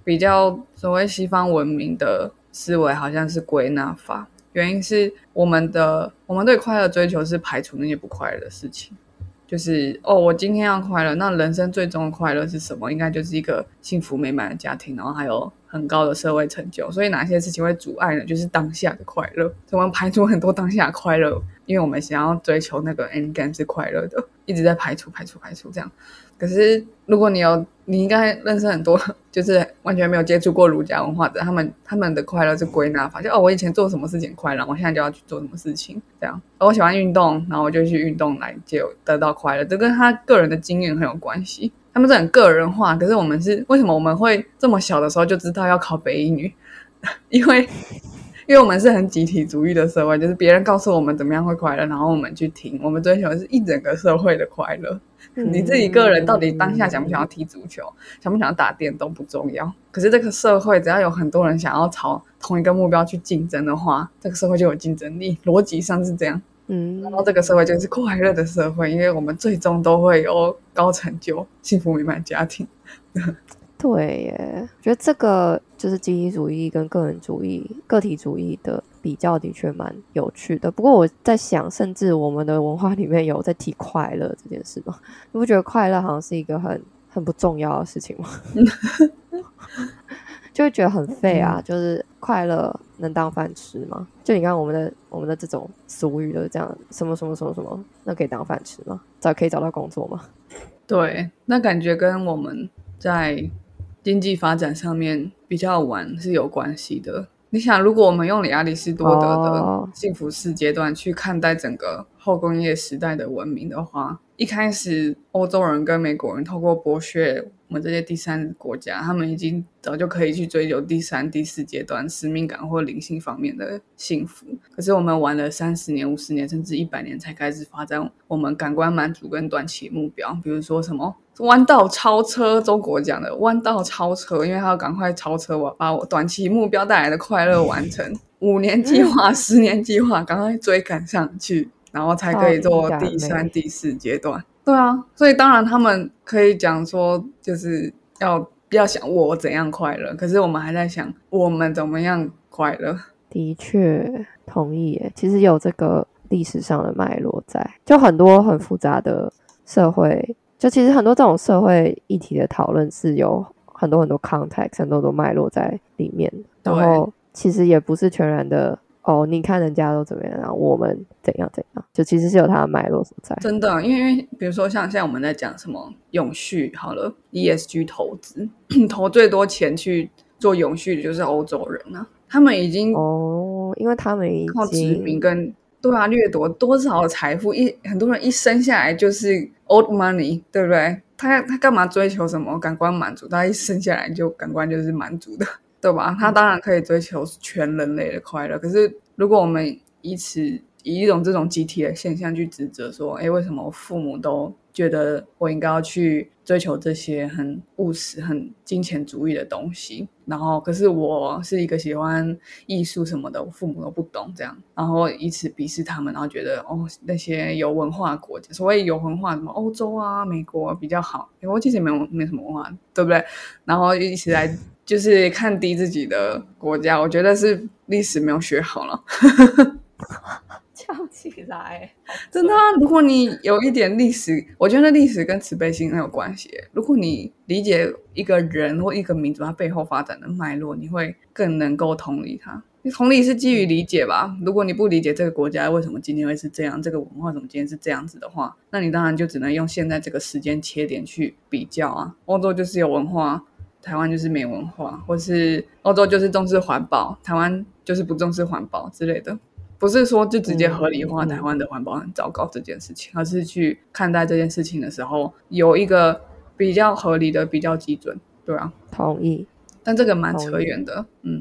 比较所谓西方文明的思维好像是归纳法，原因是我们的我们对快乐追求是排除那些不快乐的事情。就是哦，我今天要快乐，那人生最终的快乐是什么？应该就是一个幸福美满的家庭，然后还有很高的社会成就。所以哪些事情会阻碍呢？就是当下的快乐。所以我们排除很多当下的快乐，因为我们想要追求那个 end game 是快乐的，一直在排除、排除、排除这样。可是如果你有，你应该认识很多，就是完全没有接触过儒家文化的，他们他们的快乐是归纳法，就哦，我以前做什么事情快乐，我现在就要去做什么事情，这样。而我喜欢运动，然后我就去运动来就得到快乐，这跟他个人的经验很有关系。他们是很个人化，可是我们是为什么我们会这么小的时候就知道要考北一女？因为因为我们是很集体主义的社会，就是别人告诉我们怎么样会快乐，然后我们去听，我们追求的是一整个社会的快乐。你自己个人到底当下想不想要踢足球，想不想要打电动不重要，可是这个社会只要有很多人想要朝同一个目标去竞争的话，这个社会就有竞争力，逻辑上是这样。嗯，然后这个社会就是快乐的社会，因为我们最终都会有高成就幸福美满家庭。 对耶，我觉得这个就是集体主义跟个人主义、个体主义的比较的确蛮有趣的。不过我在想，甚至我们的文化里面有在提快乐这件事吗？你不觉得快乐好像是一个很很不重要的事情吗？就会觉得很废啊、嗯、就是快乐能当饭吃吗？就你看我们的我们的这种俗语都这样，什么什么什么什么，那可以当饭吃吗？找可以找到工作吗？ 对，那感觉跟我们在经济发展上面比较晚是有关系的。你想，如果我们用亚里士多德的幸福四阶段去看待整个后工业时代的文明的话，一开始欧洲人跟美国人透过剥削我们这些第三国家，他们已经早就可以去追求第三、第四阶段使命感或灵性方面的幸福。可是我们晚了三十年、五十年，甚至一百年才开始发展我们感官满足跟短期目标，比如说什么弯道超车，中国讲的弯道超车，因为他要赶快超车，我把我短期目标带来的快乐完成。五年计划、十年计划，赶快追赶上去，然后才可以做第三、第四阶段。对啊，所以当然他们可以讲说，就是要不要想我怎样快乐，可是我们还在想我们怎么样快乐。 的确，同意耶。其实有这个历史上的脉络在，就很多很复杂的社会，就其实很多这种社会议题的讨论是有很多很多 context 很多很多脉络在里面，然后其实也不是全然的哦，你看人家都怎么样，然后我们怎样怎样，就其实是有它的脉络所在。 真的，因为比如说像现在我们在讲什么永续好了 E S G 投资投最多钱去做永续的就是欧洲人啊，他们已经哦，因为他们已经靠殖民跟对啊掠夺多少的财富，一很多人一生下来就是 old money， 对不对？他他干嘛追求什么感官满足？他一生下来就感官就是满足的，对吧？他当然可以追求全人类的快乐，可是如果我们以此以一种这种集体的现象去指责说，诶，为什么我父母都觉得我应该要去追求这些很务实、很金钱主义的东西，然后可是我是一个喜欢艺术什么的，我父母都不懂这样，然后以此鄙视他们，然后觉得哦那些有文化的国家，所谓有文化什么欧洲啊、美国比较好，美国其实没有没什么文化，对不对？然后一起来就是看低自己的国家，我觉得是历史没有学好了。 跳起来， 真的啊！如果你有一点历史，我觉得历史跟慈悲心很有关系。如果你理解一个人或一个民族它背后发展的脉络，你会更能够同理它。同理是基于理解吧。如果你不理解这个国家为什么今天会是这样，这个文化怎么今天是这样子的话，那你当然就只能用现在这个时间切点去比较啊。欧洲就是有文化，台湾就是没文化，或是欧洲就是重视环保，台湾就是不重视环保之类的。不是说就直接合理化台湾的环保很糟糕这件事情、嗯嗯、而是去看待这件事情的时候有一个比较合理的比较基准。对啊， 同意， 但这个蛮扯远的。嗯，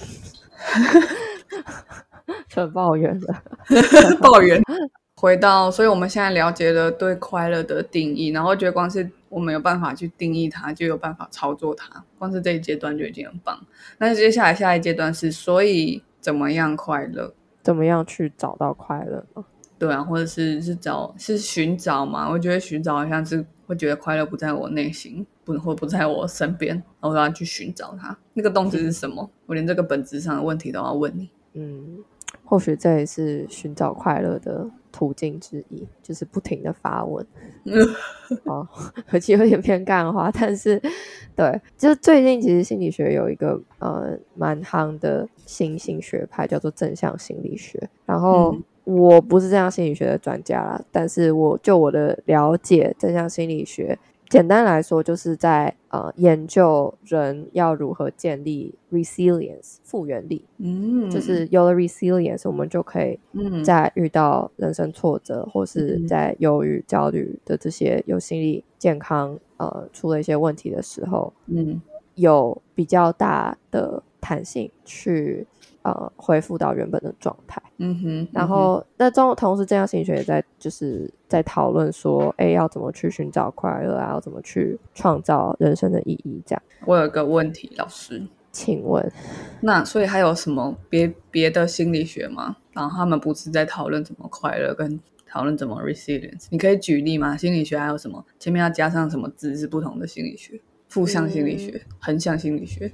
扯抱怨了抱怨回到，所以我们现在了解了对快乐的定义，然后觉得光是我们有办法去定义它，就有办法操作它，光是这一阶段就已经很棒。那接下来下一阶段是所以怎么样快乐， 怎么样去找到快乐呢？ 对啊，或者是是找是寻找嘛？我觉得寻找好像是会觉得快乐不在我内心， 不或不在我身边，然后我要去寻找它。那个动机是什么？我连这个本质上的问题都要问你。 嗯，或许这也是寻找快乐的途径之一，就是不停的发问。哦，而且有点偏干话，但是对，就是最近其实心理学有一个呃蛮夯的新兴学派叫做正向心理学，然后、嗯、我不是正向心理学的专家啦，但是我就我的了解，正向心理学简单来说就是在呃研究人要如何建立 resilience 复原力，嗯，就是有了 resilience 我们就可以在遇到人生挫折、嗯、或是在忧郁焦虑的这些有心理健康呃出了一些问题的时候，嗯，有比较大的弹性去呃恢复到原本的状态。嗯哼，然后那中同时正向心理学也在就是在讨论说，哎，要怎么去寻找快乐啊，要怎么去创造人生的意义这样。 我有一个问题，老师， 请问， 那所以还有什么别别的心理学吗？然后他们不是在讨论怎么快乐跟讨论怎么 resilience？ 你可以举例吗？心理学还有什么前面要加上什么字是不同的心理学？负向心理学、嗯、横向心理学？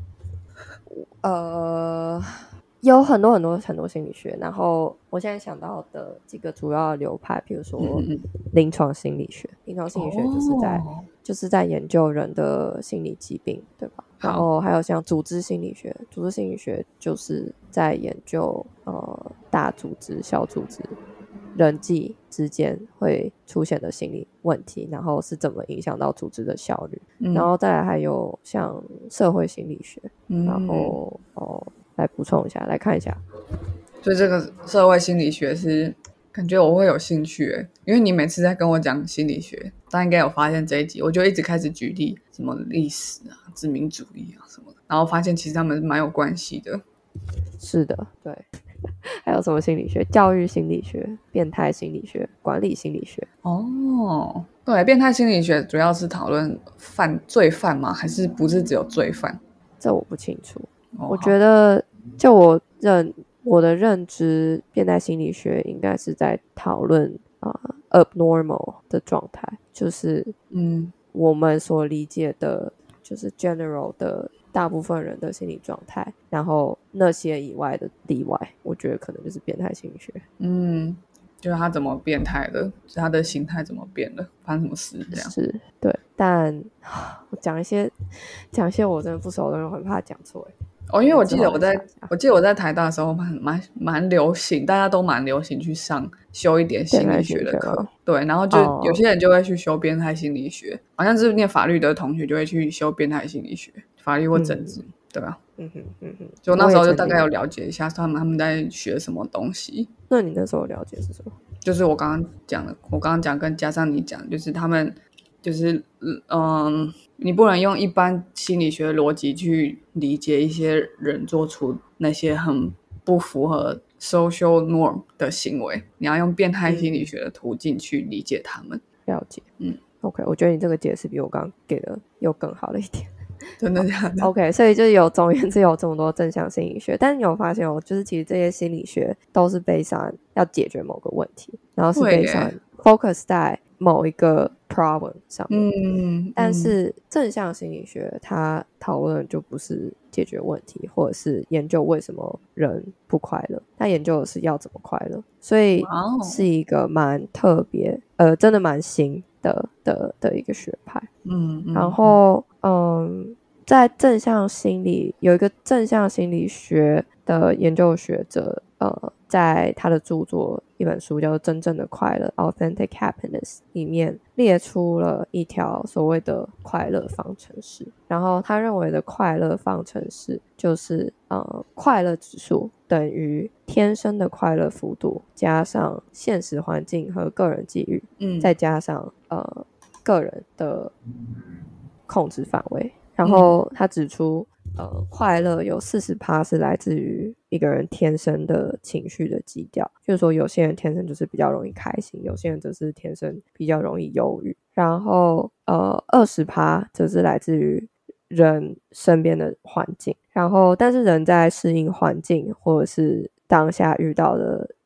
呃。有很多很多很多心理学，然后我现在想到的几个主要的流派，比如说临床心理学，临床心理学就是在、哦、就是在研究人的心理疾病，对吧？然后还有像组织心理学，组织心理学就是在研究呃大组织、小组织人际之间会出现的心理问题，然后是怎么影响到组织的效率。嗯、然后再来还有像社会心理学，嗯、然后哦。来补充一下，来看一下。 所以这个社会心理学是感觉我会有兴趣耶，因为你每次在跟我讲心理学，大家应该有发现这一集，我就一直开始举例什么历史啊、殖民主义啊什么的，然后发现其实他们蛮有关系的。 是的，对。还有什么心理学？教育心理学、变态心理学、管理心理学。 哦，对，变态心理学主要是讨论犯罪犯吗？还是不是只有罪犯？ 这我不清楚。哦、我觉得，就我认我的认知，变态心理学应该是在讨论啊、呃、abnormal 的状态，就是嗯，我们所理解的，就是 general 的大部分人的心理状态，然后那些以外的例外，我觉得可能就是变态心理学。 嗯，就是他怎么变态的，是他的心态怎么变的，发生什么事这样。 是，对，但我讲一些讲一些我真的不熟的人，我很怕讲错哎。 哦，因为我记得我在我记得我在台大的时候蛮蛮蛮流行，大家都蛮流行去上修一点心理学的课，对，然后就有些人就会去修变态心理学，好像是念法律的同学就会去修变态心理学，法律或政治，嗯、对吧？嗯哼嗯哼，就那时候就大概有了解一下他们他们在学什么东西。 那你那时候了解是什么？ 就是我刚刚讲的，我刚刚讲跟加上你讲，就是他们。就是嗯，你不能用一般心理学逻辑去理解一些人做出那些很不符合 social norm 的行为，你要用变态心理学的途径去理解他们。 嗯、了解，嗯 ，OK， 我觉得你这个解释比我刚刚给的又更好了一点。 真的假的 ？OK， 所以就有总而言之有这么多正向心理学，但是你有发现哦，就是其实这些心理学都是based on要解决某个问题，然后是based on focus 在某一个 problem 上面，嗯，但是正向心理学它讨论就不是解决问题，或者是研究为什么人不快乐，它研究的是要怎么快乐，所以是一个蛮特别，呃，真的蛮新的的的一个学派，嗯，然后嗯，在正向心理有一个正向心理学的研究学者，呃，在他的著作一本书叫做《真正的快乐》 Authentic Happiness 里面列出了一条所谓的快乐方程式，然后他认为的快乐方程式就是呃，快乐指数等于天生的快乐幅度加上现实环境和个人际遇，嗯，再加上呃个人的控制范围，然后他指出呃，快乐有 百分之四十 是来自于一个人天生的情绪的基调，就是说有些人天生就是比较容易开心，有些人则是天生比较容易忧郁，然后呃 百分之二十 则是来自于人身边的环境，然后但是人在适应环境或者是当下遇到的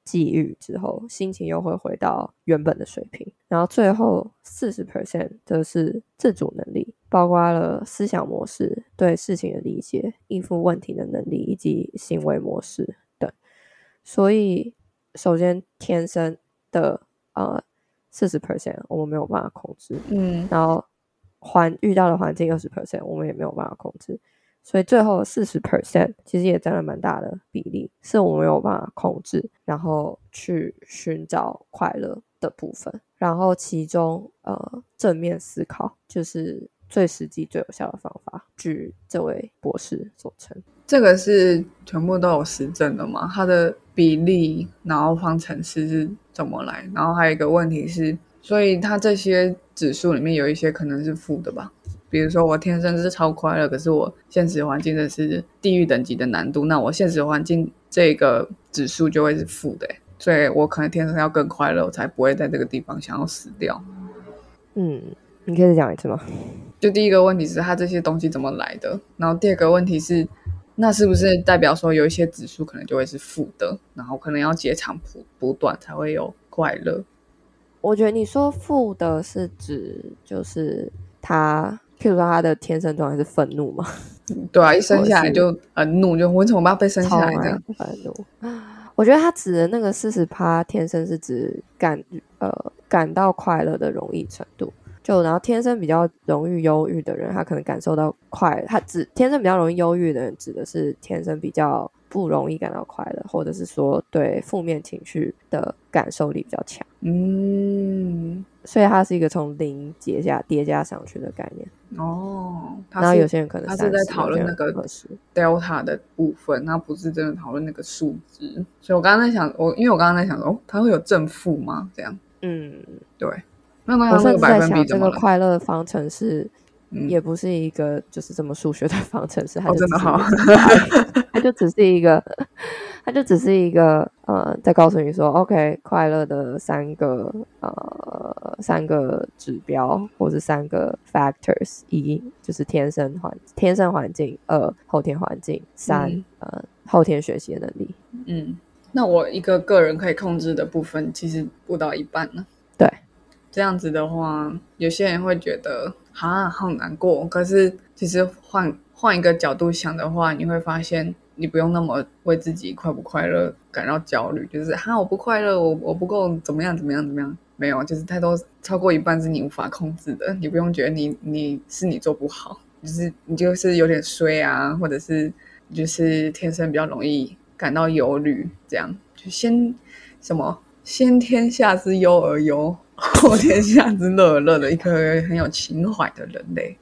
际遇之后，心情又会回到原本的水平。然后最后 百分之四十 则是自主能力，包括了思想模式、对事情的理解、应付问题的能力以及行为模式等。所以首先天生的呃 百分之四十 我们没有办法控制， 嗯， 然后环遇到的环境 百分之二十 我们也没有办法控制，所以最后 百分之四十 其实也占了蛮大的比例是我们没有办法控制，然后去寻找快乐的部分。然后其中呃正面思考就是最实际最有效的方法，据这位博士所称。 这个是全部都有实证的吗？它的比例然后方程式是怎么来？然后还有一个问题是，所以它这些指数里面有一些可能是负的吧？比如说我天生是超快乐，可是我现实环境的是地狱等级的难度，那我现实环境这个指数就会是负的，所以我可能天生要更快乐，我才不会在这个地方想要死掉。 嗯，你可以再讲一次吗？ 就第一个问题是它这些东西怎么来的，然后第二个问题是那是不是代表说有一些指数可能就会是负的，然后可能要截长补补短才会有快乐？ 我觉得你说负的是指就是他譬如说他的天生状态是愤怒嘛？ 对啊，一生下来就很怒，就我怎么要被生下来这样？ 愤怒。我觉得他指的那个 百分之四十 天生是指感呃感到快乐的容易程度。就然后天生比较容易忧郁的人，他可能感受到快乐，他指天生比较容易忧郁的人指的是天生比较不容易感到快乐，或者是说对负面情绪的感受力比较强。 嗯， 所以它是一个从零叠加叠加上去的概念。 哦， 然后有些人可能他是在讨论那个 delta 的部分，他不是真的讨论那个数值。所以我刚刚在想，我因为我刚刚在想说，哦，它会有正负吗？这样， 嗯， 对。那那我甚至在想， 这个快乐方程式也不是一个就是这么数学的方程式，它就真的好， 它就只是一个，它就只是一个呃，在告诉你说 ，OK， 快乐的三个呃三个指标或是三个 factors， 一就是天生环天生环境，二后天环境，三、嗯、呃后天学习的能力。 嗯，那我一个个人可以控制的部分其实不到一半呢。 对。 这样子的话，有些人会觉得哈好难过，可是其实换换一个角度想的话，你会发现你不用那么为自己快不快乐感到焦虑，就是哈我不快乐，我我不够怎么样怎么样怎么样，没有，就是太多超过一半是你无法控制的，你不用觉得你你是你做不好，就是你就是有点衰啊，或者是就是天生比较容易感到忧虑，这样就先什么先天下之忧而忧，后天下之乐而乐的一颗很有情怀的人类。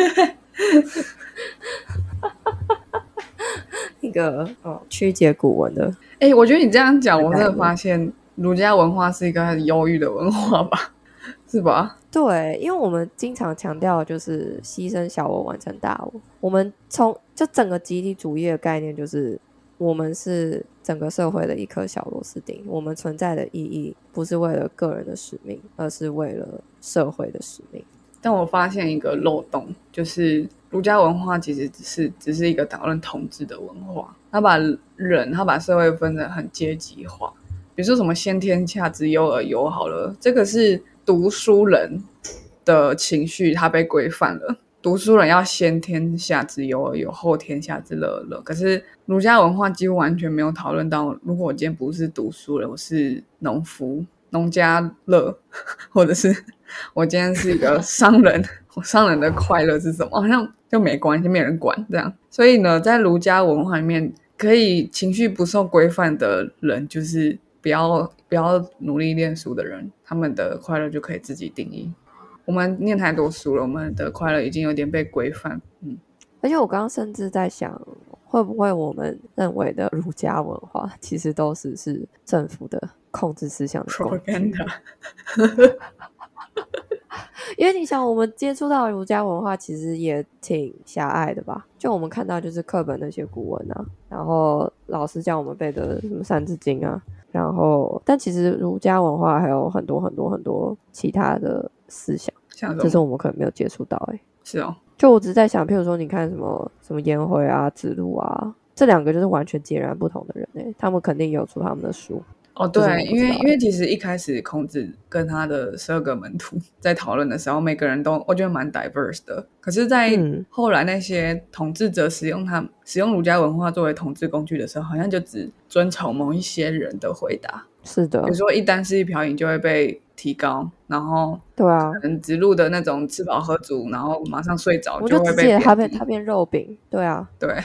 一个哦曲解古文的。 哎、欸，我觉得你这样讲，我真的发现儒家文化是一个很忧郁的文化吧？是吧？ 对，因为我们经常强调就是牺牲小我完成大我，我们从就整个集体主义的概念就是我们是整个社会的一颗小螺丝钉，我们存在的意义不是为了个人的使命，而是为了社会的使命。 但我发现一个漏洞，就是儒家文化其实只是只是一个讨论统治的文化，他把人他把社会分得很阶级化，比如说什么先天下之忧而忧好了，这个是读书人的情绪他被规范了，读书人要先天下之忧而忧，后天下之乐而乐。可是儒家文化几乎完全没有讨论到，如果我今天不是读书人，我是农夫，农家乐，或者是我今天是一个商人，我商人的快乐是什么？好像就没关系，没人管这样。所以呢，在儒家文化里面，可以情绪不受规范的人，就是不要不要努力念书的人，他们的快乐就可以自己定义。我们念太多书了，我们的快乐已经有点被规范。嗯， 而且我刚刚甚至在想，会不会我们认为的儒家文化，其实都是是政府的控制思想的工具。因为你想，我们接触到儒家文化其实也挺狭隘的吧？就我们看到就是课本那些古文啊，然后老师教我们背的什么三字经啊，然后但其实儒家文化还有很多很多很多其他的思想，只是我们可能没有接触到。欸， 是哦， 就我只是在想，譬如说你看什么什么颜回啊、子路啊，这两个就是完全截然不同的人。欸，他们肯定有出他们的书。 哦，对，因为因为其实一开始孔子跟他的十二个门徒在讨论的时候，每个人都我觉得蛮 diverse 的。可是，在后来那些统治者使用他使用儒家文化作为统治工具的时候，好像就只遵从某一些人的回答。 是的， 比如说一箪食一瓢饮就会被提高，然后对啊， 可能直路的那种吃饱喝足，然后马上睡着我就会被贬低。他变他变肉饼，对啊， 对。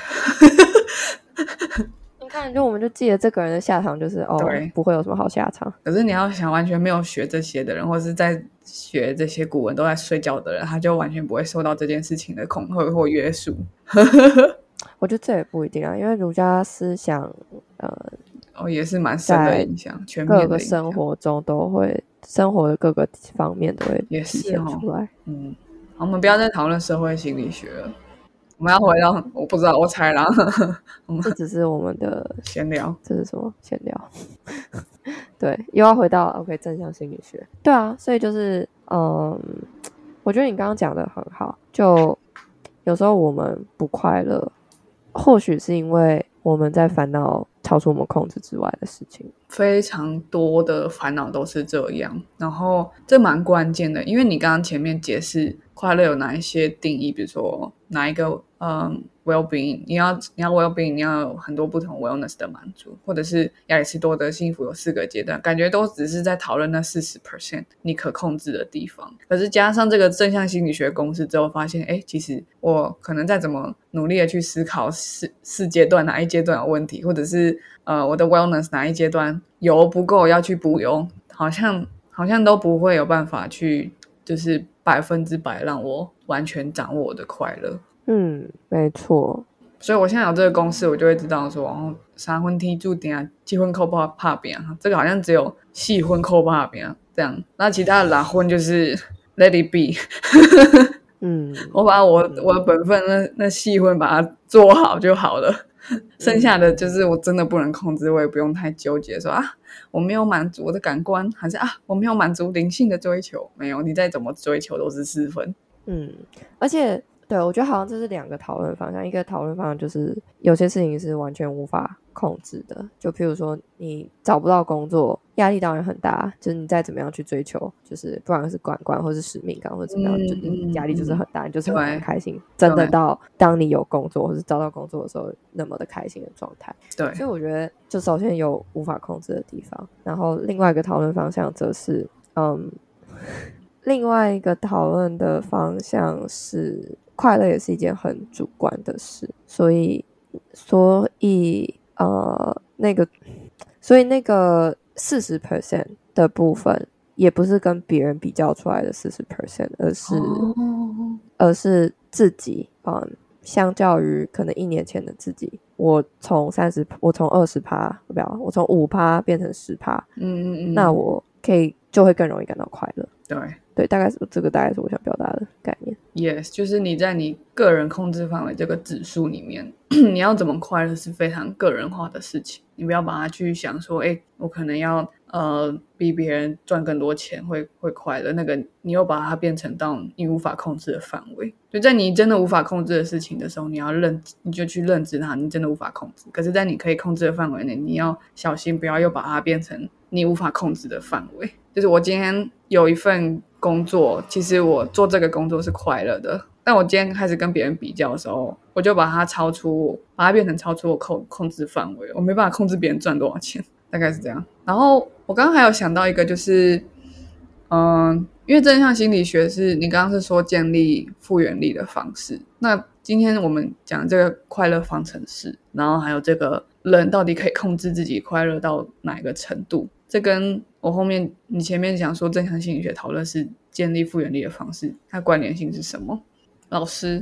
看，就我们就记得这个人的下场就是哦，不会有什么好下场。 可是你要想，完全没有学这些的人，或是在学这些古文都在睡觉的人，他就完全不会受到这件事情的恐吓或约束。 我觉得这也不一定啊，因为儒家思想，呃， 哦，也是蛮深的影响，全面的各个生活中都会，生活的各个方面都会体现出来。 哦、嗯，好，我们不要再讨论社会心理学了。我们要回到，我不知道，我猜啦。 这只是我们的闲聊， 这是什么闲聊？对，又要回到 OK 正向心理学。对啊，所以就是嗯，我觉得你刚刚讲的很好。就有时候我们不快乐，或许是因为我们在烦恼超出我们控制之外的事情。 非常多的烦恼都是这样，然后这蛮关键的，因为你刚刚前面解释快乐有哪一些定义，比如说哪一个嗯 well-being， 你要你要 well-being， 你要有很多不同 wellness 的满足，或者是亚里士多德幸福有四个阶段，感觉都只是在讨论那 百分之四十 你可控制的地方。可是加上这个正向心理学公式之后，发现哎，其实我可能再怎么努力的去思考四四阶段哪一阶段有问题，或者是呃我的 wellness 哪一阶段油不够要去补油，好像好像都不会有办法去就是百分之百让我完全掌握我的快乐。 嗯，没错。 所以我现在有这个公式，我就会知道说，哦，三分天注定啊，七分靠怕怕饼啊，这个好像只有四分靠怕饼啊，这样。那其他的六分就是 let it be。 嗯， 我把我我的本分那那四分把它做好就好了。剩下的就是我真的不能控制，我也不用太纠结说啊，我没有满足我的感官，还是啊，我没有满足灵性的追求。没有，你再怎么追求都是四分。 嗯，而且对，我觉得好像这是两个讨论方向。一个讨论方向就是有些事情是完全无法控制的，就譬如说你找不到工作，压力当然很大，就是你再怎么样去追求，就是不管是管管或是使命感或者怎么样，嗯、就你压力就是很大，你就是很开心，真的到当你有工作或是找到工作的时候那么的开心的状态。 对， 所以我觉得就首先有无法控制的地方，然后另外一个讨论方向则是嗯。另外一个讨论的方向是快乐也是一件很主观的事，所以所以呃那个所以那个 百分之四十 的部分也不是跟别人比较出来的 百分之四十， 而是、哦、而是自己嗯相较于可能一年前的自己，我从三十我从 百分之二十 不要我从 百分之五 变成 百分之十， 嗯嗯嗯，那我可以就会更容易感到快乐。 对对，大概是这个大概是我想表达的概念。 Yes， 就是你在你个人控制范围这个指数里面，你要怎么快乐是非常个人化的事情。你不要把它去想说，哎，我可能要呃比别人赚更多钱会会快乐，那个你又把它变成到你无法控制的范围。就在你真的无法控制的事情的时候，你要认你就去认知它，你真的无法控制。可是，在你可以控制的范围内，你要小心不要又把它变成你无法控制的范围。就是我今天有一份工作，其实我做这个工作是快乐的，但我今天开始跟别人比较的时候，我就把它超出，把它变成超出我控控制范围，我没办法控制别人赚多少钱，大概是这样。然后我刚刚还有想到一个，就是嗯，因为正向心理学是你刚刚是说建立复原力的方式，那今天我们讲这个快乐方程式，然后还有这个人到底可以控制自己快乐到哪一个程度，这跟我后面你前面讲说正向心理学讨论是建立复原力的方式，它关联性是什么？老师，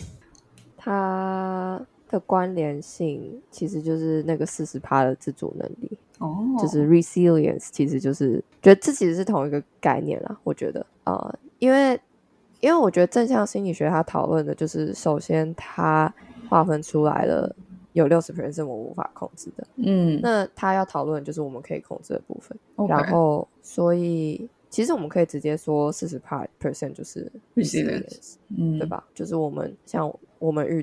它的关联性其实就是那个 百分之四十 的自主能力，哦，就是 resilience， 其实就是觉得这其实是同一个概念啦。我觉得呃，因为因为我觉得正向心理学它讨论的就是首先它划分出来了有 百分之六十 是我们无法控制的，嗯，那他要讨论的就是我们可以控制的部分， okay. 然后所以其实我们可以直接说 百分之四十 就是 resilience， 嗯，对吧？就是我们像我们遇到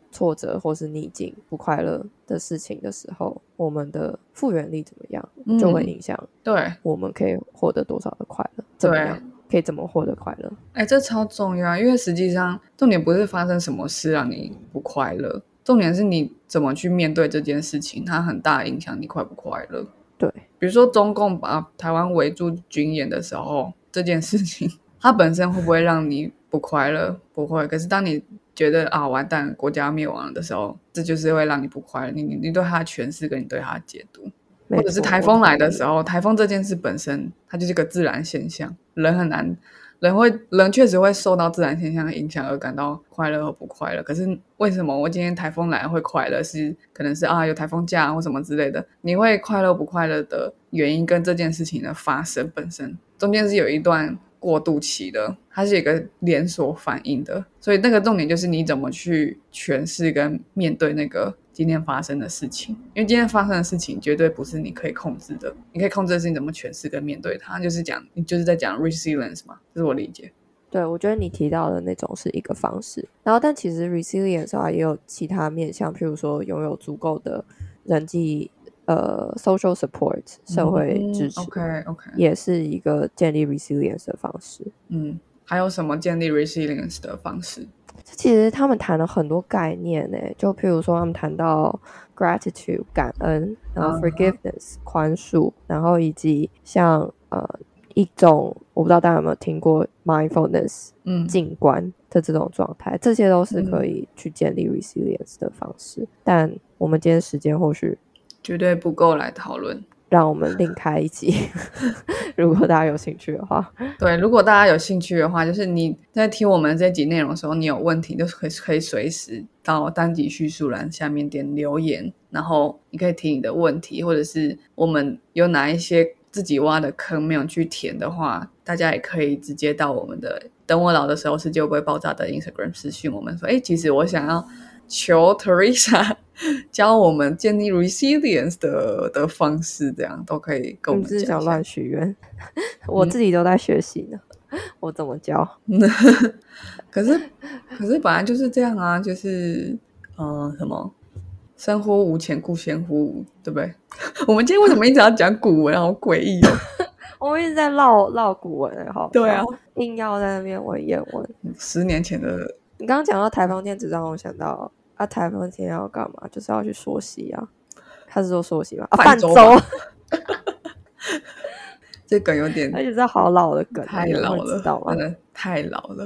挫折或是逆境不快乐的事情的时候，我们的复原力怎么样，嗯、就会影响对我们可以获得多少的快乐，怎么样可以怎么获得快乐。 哎，这超重要，因为实际上重点不是发生什么事让你不快乐，重点是你怎么去面对这件事情，它很大影响你快不快乐。 对， 比如说中共把台湾围住军演的时候，这件事情它本身会不会让你不快乐？不会。可是当你觉得啊完蛋国家灭亡了的时候，这就是会让你不快乐，你你对它的诠释跟你对它的解读。或者是台风来的时候，台风这件事本身它就是个自然现象，人很难人会人确实会受到自然现象的影响而感到快乐和不快乐。可是为什么我今天台风来会快乐，是可能是啊有台风假或什么之类的，你会快乐不快乐的原因跟这件事情的发生本身中间是有一段过渡期的，它是一个连锁反应的，所以那个重点就是你怎么去诠释跟面对那个今天发生的事情。因为今天发生的事情绝对不是你可以控制的，你可以控制的是你怎么诠释跟面对它，就是讲你就是在讲 resilience 嘛，这是我理解。 对，我觉得你提到的那种是一个方式，然后但其实 resilience 的话也有其他面向，譬如说拥有足够的人际呃 social support 社会支持、 嗯、OK OK 也是一个建立 resilience 的方式。 嗯，还有什么建立 resilience 的方式？ 其实他们谈了很多概念耶，就譬如说他们谈到 gratitude 感恩，然后 forgiveness、uh-huh. 宽恕，然后以及像呃一种我不知道大家有没有听过 mindfulness 嗯静观的这种状态，这些都是可以去建立 resilience 的方式、嗯、但我们今天时间或许绝对不够来讨论， 让我们另开一集如果大家有兴趣的话。 对，如果大家有兴趣的话，就是你在听我们这集内容的时候，你有问题就可以可以随时到单集叙述栏下面点留言，然后你可以提你的问题，或者是我们有哪一些自己挖的坑没有去填的话，大家也可以直接到我们的等我老的时候世界会不会爆炸的 Instagram 私讯我们说，诶，其实我想要求 Teresa 教我们建立 resilience 的, 的方式，这样都可以跟我们讲。 你自己想乱许愿我自己都在学习呢、嗯、我怎么教可是可是本来就是这样啊，就是呃什么生乎吾前故先乎吾，对不对？我们今天为什么一直要讲古文，好诡异哦我们一直在唠唠古文，好， 对啊， 硬要在那边文言文。 十年前的， 你刚刚讲到台风天，只让我想到啊，台风天要干嘛？就是要去溯溪啊。他是说溯溪吗？啊，泛舟。 这梗有点， 而且这好老的梗， 太老了， 知道吗？ 真的太老了。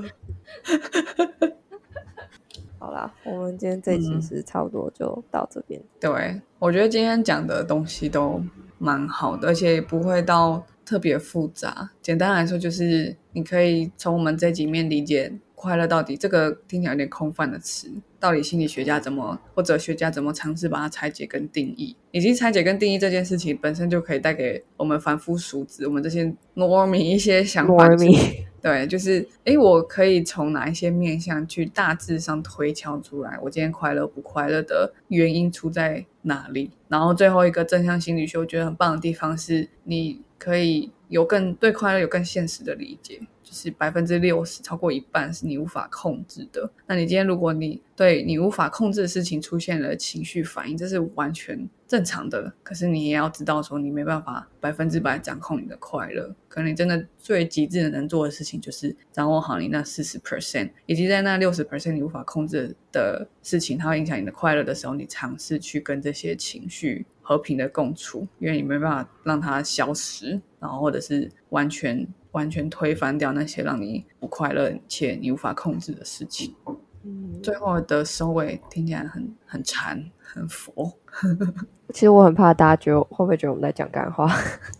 好啦，我们今天这期是差不多就到这边、嗯。 对，我觉得今天讲的东西都蛮好的，而且不会到特别复杂。简单来说，就是你可以从我们这几面理解快乐到底，这个听起来有点空泛的词，到底心理学家怎么或哲学家怎么尝试把它拆解跟定义，以及拆解跟定义这件事情本身就可以带给我们凡夫俗子，我们这些 normie 一些想法、就是。normie 对，就是诶我可以从哪一些面向去大致上推敲出来我今天快乐不快乐的原因出在哪里。然后最后一个正向心理学我觉得很棒的地方是你可以有更对快乐有更现实的理解，就是百分之六十超过一半是你无法控制的。那你今天如果你对你无法控制的事情出现了情绪反应，这是完全正常的，可是你也要知道说你没办法百分之百掌控你的快乐，可能你真的最极致的能做的事情就是掌握好你那 百分之四十， 以及在那 百分之六十 你无法控制的事情它会影响你的快乐的时候，你尝试去跟这些情绪和平的共处，因为你没办法让它消失，然后或者是完全完全推翻掉那些让你不快乐且你无法控制的事情。嗯，最后的收尾听起来很很禅很佛其实我很怕大家觉得会不会觉得我们在讲干话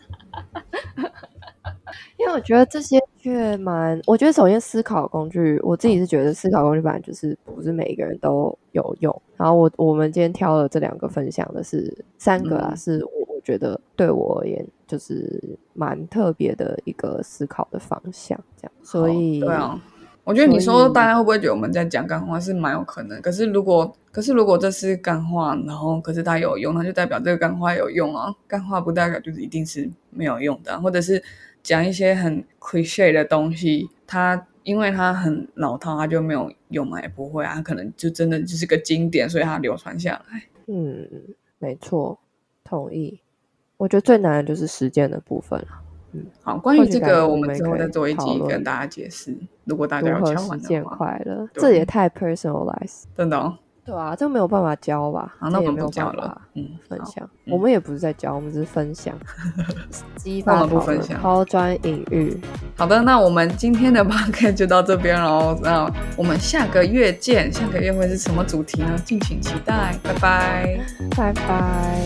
因为我觉得这些却蛮我觉得首先思考工具，我自己是觉得思考工具本来就是不是每一个人都有用，然后我我们今天挑了这两个分享的是三个啊、嗯、是我觉得对我而言就是蛮特别的一个思考的方向这样，所以对啊，我觉得你说大家会不会觉得我们在讲干话是蛮有可能，可是如果可是如果这是干话，然后可是它有用，那就代表这个干话有用啊，干话不代表就是一定是没有用的、啊、或者是讲一些很 cliché 的东西，它因为它很老套，它就没有用嘛，也不会啊，它可能就真的就是个经典，所以它流传下来。 嗯，没错，同意。我觉得最难的就是实践的部分了。嗯， 好，关于这个我们们之后再做一集跟大家解释，如果大家如何有敲完实践的话， 快乐，这也太 personalized， 真的哦。 对啊，这没有办法教吧？ 好，那我们这也没有不教了办法。 嗯， 分享、 嗯、 我们也不是在教，我们只是分享，激那我发讨论， 们不分享， 抛砖引玉。 好的，那我们今天的 podcast 就到这边喽。那我们下个月见，下个月会是什么主题呢？敬请期待，拜拜， 拜拜。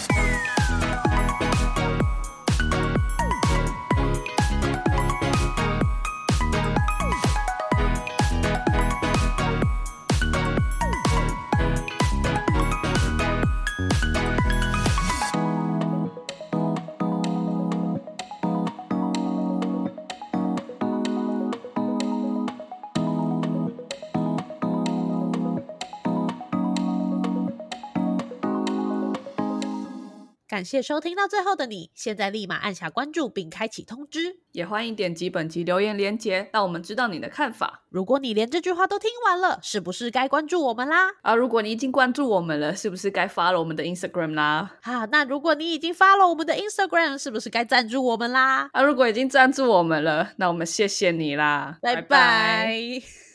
感谢收听到最后的你，现在立马按下关注并开启通知， 也欢迎点击本集留言连结，让我们知道你的看法。 如果你连这句话都听完了，是不是该关注我们啦？ 啊，如果你已经关注我们了，是不是该 follow 我们的 Instagram 啦？ 啊，那如果你已经 follow 我们的 Instagram， 是不是该赞助我们啦？ 啊，如果已经赞助我们了，那我们谢谢你啦， 拜拜。